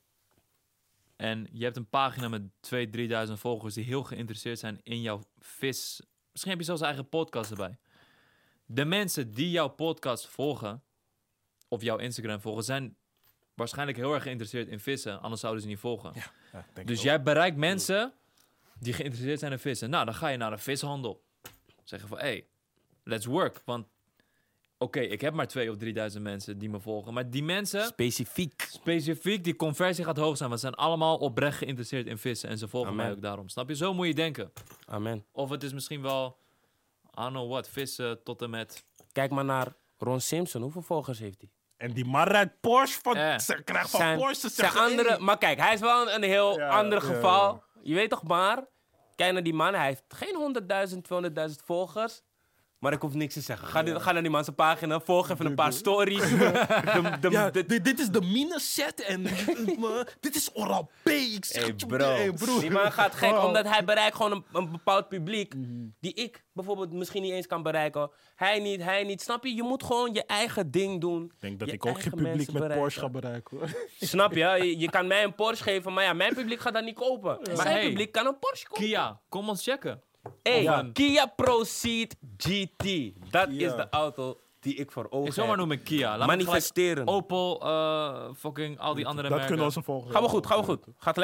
en je hebt een pagina met tweeduizend, drieduizend volgers die heel geïnteresseerd zijn in jouw vis. Misschien heb je zelfs een eigen podcast erbij. De mensen die jouw podcast volgen, of jouw Instagram volgen, zijn waarschijnlijk heel erg geïnteresseerd in vissen. Anders zouden ze niet volgen. Ja, denk Dus ik jij bereikt mensen die geïnteresseerd zijn in vissen. Nou, dan ga je naar een vishandel. Zeggen van, hey, let's work. Want, oké, ik heb maar twee of drieduizend mensen die me volgen. Maar die mensen, Specifiek. specifiek, die conversie gaat hoog zijn. Want ze zijn allemaal oprecht geïnteresseerd in vissen. En ze volgen Amen. mij ook daarom. Snap je? Zo moet je denken. Amen. Of het is misschien wel, I don't know what, vissen tot en met... Kijk maar naar Ron Simpson. Hoeveel volgers heeft hij? En die man rijdt Porsche van... Eh. Ze krijgt van Zijn, Porsche. Ze zijn zeggen, andere, hey. maar kijk, hij is wel een, een heel Ja, ander ja, geval. ja. Je weet toch maar, kijk naar die man. Hij heeft geen honderdduizend, tweehonderdduizend volgers. Maar ik hoef niks te zeggen. Ga, die- ga naar die man zijn pagina, volg even een paar stories. De, de, Ja, de- dit, dit is de mine set en dit is Oral B. Ik zeg Hey het je, bro, hey, broer. die man gaat gek Wow. omdat hij bereikt gewoon een, een bepaald publiek die ik bijvoorbeeld misschien niet eens kan bereiken. Hij niet, hij niet. Snap je? Je moet gewoon je eigen ding doen. Ik denk dat Je ik ook geen eigen publiek mensen met bereiken. Porsche ga bereiken. hoor. Snap je? je? Je kan mij een Porsche geven, maar ja, mijn publiek gaat dat niet kopen. Maar Zijn hey, publiek kan een Porsche kopen. Kia, kom ons checken. Hey, Of een- Kia Proceed G T. Dat Kia. is de auto die ik voor ogen Ik zou maar heb. noemen Kia. Laat me gelijk Manifesteren. Opel, eh, fucking al die andere Dat merken. kunnen onze volgers. Gaan we goed, gaan we goed. Gaat het lekker?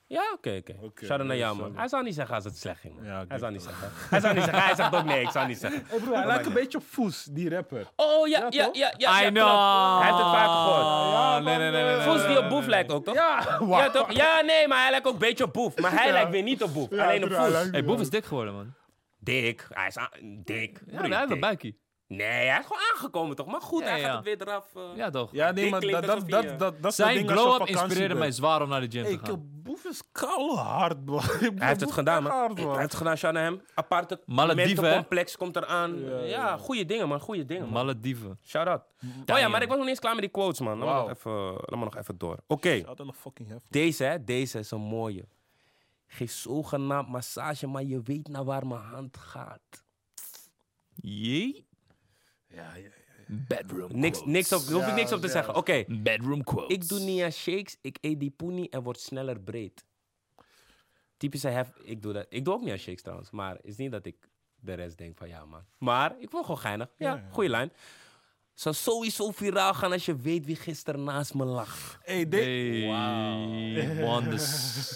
Ja, oké, oké. Oké, Shout-out naar jou, dus, man. uh, Hij zou niet zeggen als het slecht ging, man. Ja, oké. Hij zou niet zeggen. Hij zou niet zeggen. Hij zegt ook nee, ik zou niet zeggen. Hey broer, hij lijkt een beetje op Foes, die rapper. Oh, ja, Ja, ja, toch? ja, ja. I ja, know. klopt. Hij heeft het vaker gehoord. Ja, nee, nee, nee, nee, nee. Voels die op Boef lijkt ook, toch? Ja, Ja, toch? Ja, nee, maar hij lijkt ook een beetje op Boef. Maar hij Ja. lijkt weer niet op Boef. Ja, Alleen op broer, hij Voes. lijkt- Hey, Boef is dik geworden, man. Dik. Hij is aan- dik. Ja, Broer, hij heeft een dik. buikie. Nee, hij is gewoon aangekomen, toch? Maar goed, Ja, hij ja. gaat het weer eraf. eh. Ja, toch? Ja, nee, Dik maar klinkt dat, dat, alsof dat, hij, dat, dat is dat Zijn ding als je op glow-up vakantie inspireerde bent. mij zwaar om naar de gym Hey, te gaan. ik- Boef is koude hard, man. Hij heeft het gedaan, man. Hard, Hij heeft het gedaan, shout naar hem. Aparte Malediven, hè? complex komt eraan. Ja, ja, goede dingen, man. Goede dingen, man. Malediven. Shout-out. Oh ja, maar ik was nog niet eens klaar met die quotes, man. Laat me Wauw. nog even, laat me nog even door. Oké, Altijd nog fucking heftig. deze, hè. Deze is een mooie. Geef zogenaamd massage, maar je weet naar waar mijn hand gaat. Jee? Ja, ja, ja. Bedroom Niks, quotes. niks op, hoef ik Ja, niks op te ja. zeggen. Oké, Bedroom quotes. ik doe niet aan shakes, ik eet die poenie en word sneller breed. Typische hef, ik doe dat. Ik doe ook niet aan shakes trouwens, maar het is niet dat ik de rest denk van ja man. Maar ik vond gewoon geinig. Ja, Ja, ja. goede lijn. Zou sowieso viraal gaan als je weet wie gisteren naast me lag. Hey, de- Hey, Wonders.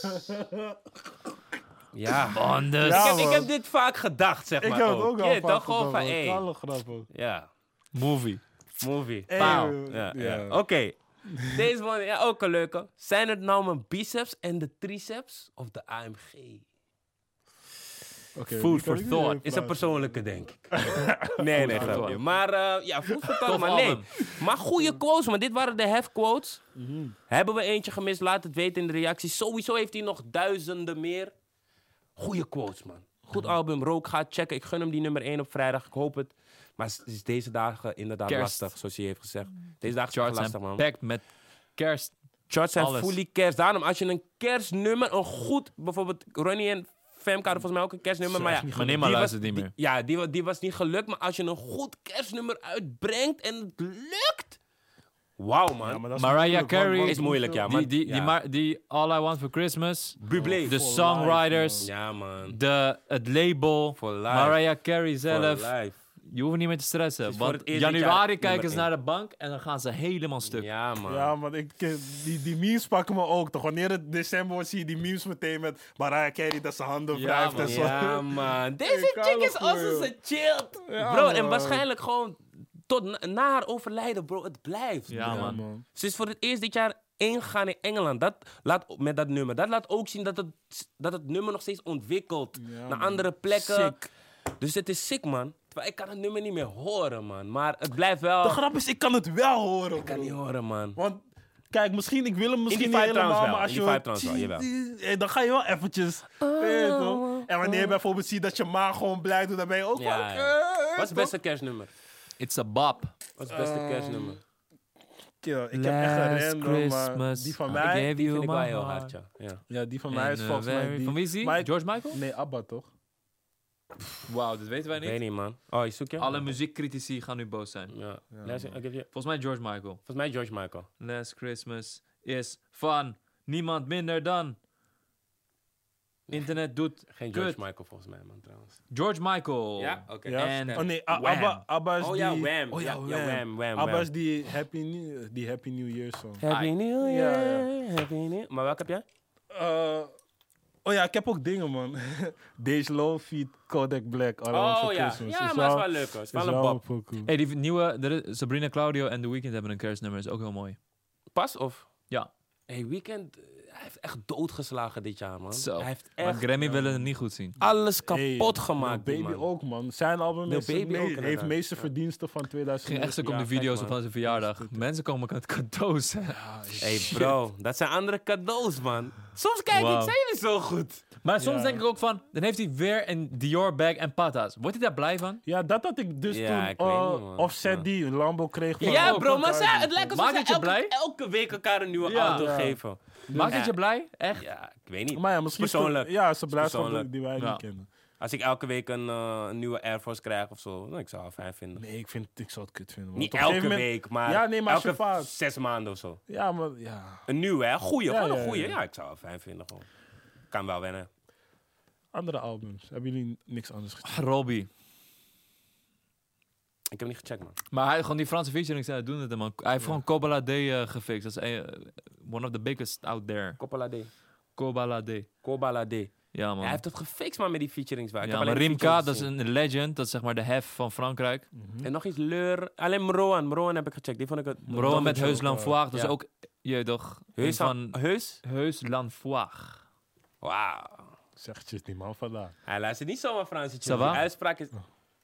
Ja. Wonders. ik, Ja, heb, ik man. heb dit vaak gedacht, zeg ik maar. heb het ook. ook al Ja, vaak toch gewoon van, gedaan, hé. koude grap ook. Ja, Movie. movie. Hey, Pauw. eh, Ja, ja. ja. Oké. Deze man, ja, ook een leuke. Zijn het nou mijn biceps en de triceps of de A M G? Oké, Food die kan for ik niet thought. even Is een plaatsen. persoonlijke, denk ik. nee, nee, for grapje. thought. Maar uh, ja, food for thought, Tof maar nee. album. Maar goede quotes, man. Dit waren de hef quotes. Mhm. Hebben we eentje gemist? Laat het weten in de reacties. Sowieso heeft hij nog duizenden meer. Goeie quotes, man. Goed album. Rook gaat checken. Ik gun hem die nummer één op vrijdag. Ik hoop het. Maar het is deze dagen inderdaad Kerst. lastig, zoals hij heeft gezegd. Deze dagen Charts zijn lastig, zijn man. packed met kerst. Charts zijn alles. fully kerst. Daarom, als je een kerstnummer, een goed, bijvoorbeeld Ronnie en Femke hadden volgens mij ook een kerstnummer. Maar ja, echt niet Maar nee, maar die luistert was- niet die- meer. ja, die, wa- die was niet gelukt. Maar als je een goed kerstnummer uitbrengt en het lukt. Wauw, man. Ja, maar dat Mariah moeilijk, want- Carey want is moeilijk, ja. hoeveel- Die, die, ja. die, maar, die All I Want For Christmas. Bublé. De For songwriters. life, Ja, man. De, het label. For life. Mariah Carey For zelf. life. Je hoeft niet meer te stressen. is voor Want het eerst dit januari jaar kijken ze nummer naar de bank en dan gaan ze helemaal stuk. Ja, man. Ja, maar ik, die, die memes pakken me ook toch. Wanneer het december wordt, zie je die memes meteen met Mariah Carey dat ze handen Ja, wrijft en man. zo. Ja, man. Deze Ik chick kan is het als voor ze chillt. Ja, Bro, en man. waarschijnlijk gewoon tot na, na haar overlijden, bro. Het blijft. Ja, bro. man. Ze is voor het eerst dit jaar ingegaan in Engeland. Dat laat, met dat nummer. Dat laat ook zien dat het, dat het nummer nog steeds ontwikkelt. Ja, naar man. andere plekken. Sick. Dus het is sick, man. Terwijl ik kan het nummer niet meer horen, man. Maar het blijft wel... De grap is, ik kan het wel horen, Ik kan bro. niet horen, man. Want, kijk, misschien, ik wil hem misschien die niet vibe helemaal, trouwens wel. maar als In je... die vibe trouwens wel, jawel. Eh, Dan ga je wel eventjes... weet je toch? En wanneer je bijvoorbeeld ziet dat je maag gewoon blij doet, dan ben je ook Ja, wel... ja. eh, Wat is het toch? beste kerstnummer? It's a bop. Wat is het beste Ehm, kerstnummer? Ja, ik heb echt een Last random, maar Christmas, die van I mij... gave Die you vind ik wel my heel heart. hard, ja. ja. Ja, die van mij is And, volgens uh, mij very- die... Van wie is die? Maar ik- George Michael? Nee, Abba toch? Wauw, dat weten wij Ik weet niet. niet, man. Oh, je zoekt je? Alle muziekcritici gaan nu boos zijn. Ja. Ja, Luister, man. ik heb je... Volgens mij George Michael. Volgens mij George Michael. Last Christmas is van niemand minder dan. Internet doet Geen George kut. Michael volgens mij, man, trouwens. George Michael. Ja? Oké. Ja? En Oh nee, A- Wham. Abba, Abba is Oh die... ja, Wham. Oh ja, Ja, Wham. ja, Wham, Wham, Abba Wham. is die Happy New, die Happy New Year song. Happy Ai. New Ja, Year, Happy New... Maar welke heb jij? Eh, oh ja, ik heb ook dingen, man. Dej Low feat Kodak Black. All I Want Oh For ja. Christmas. Ja, maar het is wel leuk, hoor. Het is wel een bop. pokoe. Hey, die nieuwe, er is- Sabrina Claudio en The Weeknd hebben een kerstnummer. Is ook heel mooi. Pas of? Ja. Hey, Weekend, eh, hij heeft echt doodgeslagen dit jaar, man. Zo. Hij heeft Maar echt Grammy willen het niet goed zien. alles kapot Hey, gemaakt, Lil die Baby man. ook, man. Zijn album Lil is Baby me- ook, heeft inderdaad. meeste Ja. verdiensten van Het tweeduizend. ging echt stuk om Ja, de video's gek, van zijn verjaardag. Mensen komen met cadeaus. hè. Hey bro, dat zijn andere cadeaus, man. Soms kijk Wauw. ik, zijn jullie zo goed? Maar soms Ja. denk ik ook van, dan heeft hij weer een Dior bag en patas. Wordt hij daar blij van? Ja, dat had ik dus Ja, toen ik weet uh, niet, man. Offset Ja. die een Lambo kreeg. van- Ja, ook, bro, ook maar zij, het lijkt alsof Maakt ze het je elke, blij? elke week elkaar een nieuwe Ja. auto Ja. geven. Maakt het Ja. je blij? Echt? Ja, ik weet niet. Maar ja, misschien... Persoonlijk. Ja, ze blijft Persoonlijk. van die wij Ja. niet kennen. Als ik elke week een, eh, een nieuwe Air Force krijg of zo, nou, ik zou het fijn vinden. Nee, ik, vind, ik zou het kut vinden. man. Niet Want op een elke gegeven moment- week, maar, Ja, nee, maar als je elke vaak- zes maanden of zo. Ja, maar ja... Een nieuwe, hè? Goeie, Ja, gewoon ja, een goeie. ja. Ja, ik zou het fijn vinden, gewoon. Kan wel wennen. Andere albums. Hebben jullie niks anders gezien? Ah, Robbie. Ik heb niet gecheckt, man. Maar hij, gewoon die Franse featurings uh, doen het, man. Hij heeft gewoon Cobala D uh, gefixt. Dat is uh, one of the biggest out there. Coppola D. Kobalade. Kobalade. Ja, man. Hij heeft het gefixt, man, met die featurings. Waar. Ik Ja, heb maar alleen de Rimka, features dat is gezien. een legend. Dat is zeg maar de hef van Frankrijk. En nog iets Leur. Alleen Mroan. Mroan heb ik gecheckt. Die vond ik het... Rowan met Heus ook, Lanfoire. Dat is ja. ook, je toch, een Heus van van... Heus? Heus Lanfoire. Wauw. Zeg het je die man vandaag. Hij luistert niet zomaar Frans. Ça va? Die uitspraak is...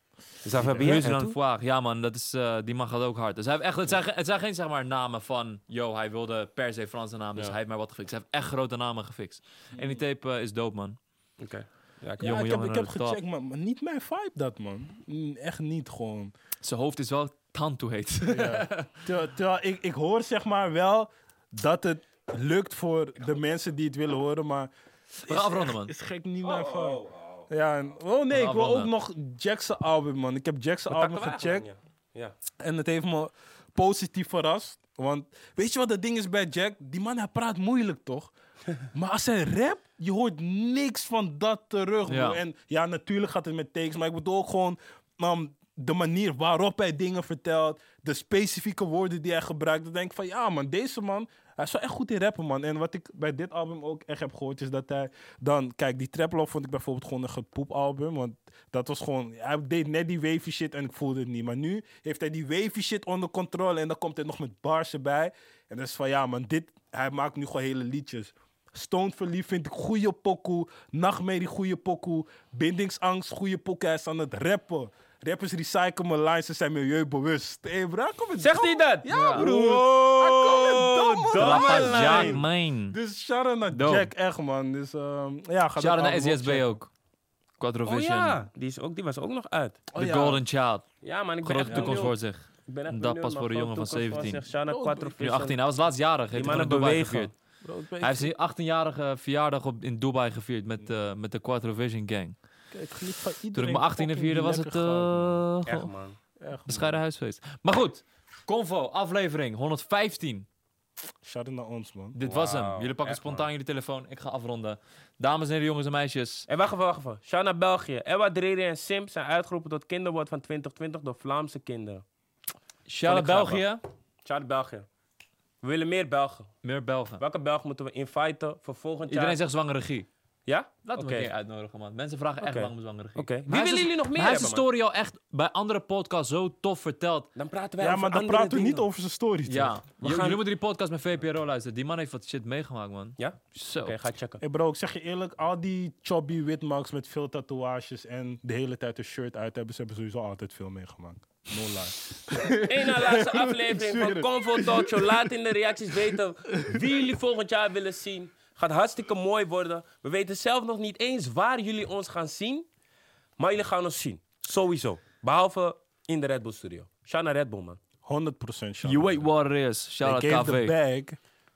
Ça va bien? Heus En toen? Lanfoire. Ja, man, dat is, uh, die man gaat ook hard. Dus hij heeft echt, het, zijn, ge- het zijn geen zeg maar, namen van, yo, hij wilde per se Franse namen, dus Ja. hij heeft maar wat gefixt. Hij heeft echt grote namen gefixt. En die tape uh, is dope, man. Oké. Ja, ik- Ja, Jongen, ik heb, jongen ik heb naar de top. gecheckt, maar, maar niet mijn vibe dat, man. Mm, Echt niet, gewoon. Zijn hoofd is wel Tantu heet. Ja. Terwijl, terwijl ik, ik hoor zeg maar wel dat het lukt voor de mensen die het willen horen, maar... We gaan afronden, man. Is gek niet mijn vibe. Ja, en- oh nee, ik wil ook afronden. nog Jackson album, man. Ik heb Jackson album gecheckt Ja. Ja. en het heeft me positief verrast. Want weet je wat het ding is bij Jack? Die man, hij praat moeilijk, toch? Maar als hij rapt, je hoort niks van dat terug, bro. Ja. En ja, natuurlijk gaat het met takes, maar ik bedoel ook gewoon um, de manier waarop hij dingen vertelt, de specifieke woorden die hij gebruikt. Dan denk ik van, ja man, deze man, hij is wel echt goed in rappen, man. En wat ik bij dit album ook echt heb gehoord, is dat hij dan... Kijk, die Trap Love vond ik bijvoorbeeld gewoon een gepoep-album. Want dat was gewoon... Hij deed net die wavy shit en ik voelde het niet. Maar nu heeft hij die wavy shit onder controle en dan komt hij nog met bars erbij. En dat is van, ja man, dit... Hij maakt nu gewoon hele liedjes. Stoned Verliefd vind ik goede pokoe. Nachtmerrie goede pokoe. Bindingsangst goede pokoe. Hij is aan het rappen. Rappers recyclen mijn lines, ze zijn milieubewust. Hé hey, bro, hij komt met Zegt hij dom- dat? Ja, Ja. broer. Hij komt met domme Rappa lijnen. Jack, man. Dus shout-out naar Dope. Jack, echt man. Dus um, ja, ga Shout-out dat naar album S S B checken. ook. Quattro Oh Vision. ja. Die, is ook, die was ook nog uit. Oh, The ja. Golden Child. Ja, man. Ik ben Grote echt toekomst benieuwd. voor zich. Ik ben echt Dat benieuwd, pas man. voor een Grote jongen van toekomst voor zeventien. zich. Shout-out Oh, Quattro nu Nu Vision. achttien. Hij was laatst jarig. Heeft Die hij mannen gewoon in Dubai bewegen. gevierd. Bro, ik weet- Hij heeft zijn achttienjarige verjaardag op, in Dubai gevierd met, uh, met de Quattro Vision Gang. Kijk, ik geniet van iedereen. Toen ik mijn achttiende fucking vierde was het lekker gaat, man. uh, Echt, man. Echt, man. bescheiden huisfeest. Maar goed, Convo, aflevering honderdvijftien. Shout-out naar ons, man. Dit was hem. Wauw, Jullie pakken echt, spontaan man. jullie telefoon. Ik ga afronden. Dames en heren, jongens en meisjes. En wacht even, wacht even. Shout naar België. Ewa Drede en Sim zijn uitgeroepen tot kinderwoord van twintig twintig door Vlaamse kinderen. Shout out ik grappig. België. Shout België. We willen meer Belgen. Meer Belgen. Welke Belgen moeten we inviten voor volgend jaar? Iedereen zegt zwangere regie. Ja? Laten we Oké. een keer uitnodigen, man. Mensen vragen echt Oké. lang om zwangere regie. Oké. Wie Maar hij willen is- jullie nog meer maar hij heeft hebben, zijn man? story al echt bij andere podcasts zo tof verteld. Dan praten wij Ja, over maar dan andere praten we niet dingen. over zijn story, toch? Ja, We J- gaan- jullie moeten die podcast met V P R O luisteren. Die man heeft wat shit meegemaakt, man. Ja? Zo. Oké, ga checken. Hey bro, ik zeg je eerlijk, al die chubby witmarks met veel tatoeages en de hele tijd een shirt uit hebben, ze hebben sowieso altijd veel meegemaakt. No lie. Eén na laatste Ik aflevering zweer van het. Convo Talk Show. Laat in de reacties weten wie jullie volgend jaar willen zien. Gaat hartstikke mooi worden. We weten zelf nog niet eens waar jullie ons gaan zien. Maar jullie gaan ons zien. Sowieso. Behalve in de Red Bull studio. Shout naar Red Bull, man. honderd procent shout You wait what it is. Shout out They gave the K V. bag.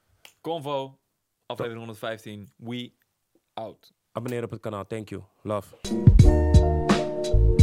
Convo, aflevering honderdvijftien. We out. Abonneer op het kanaal. Thank you. Love.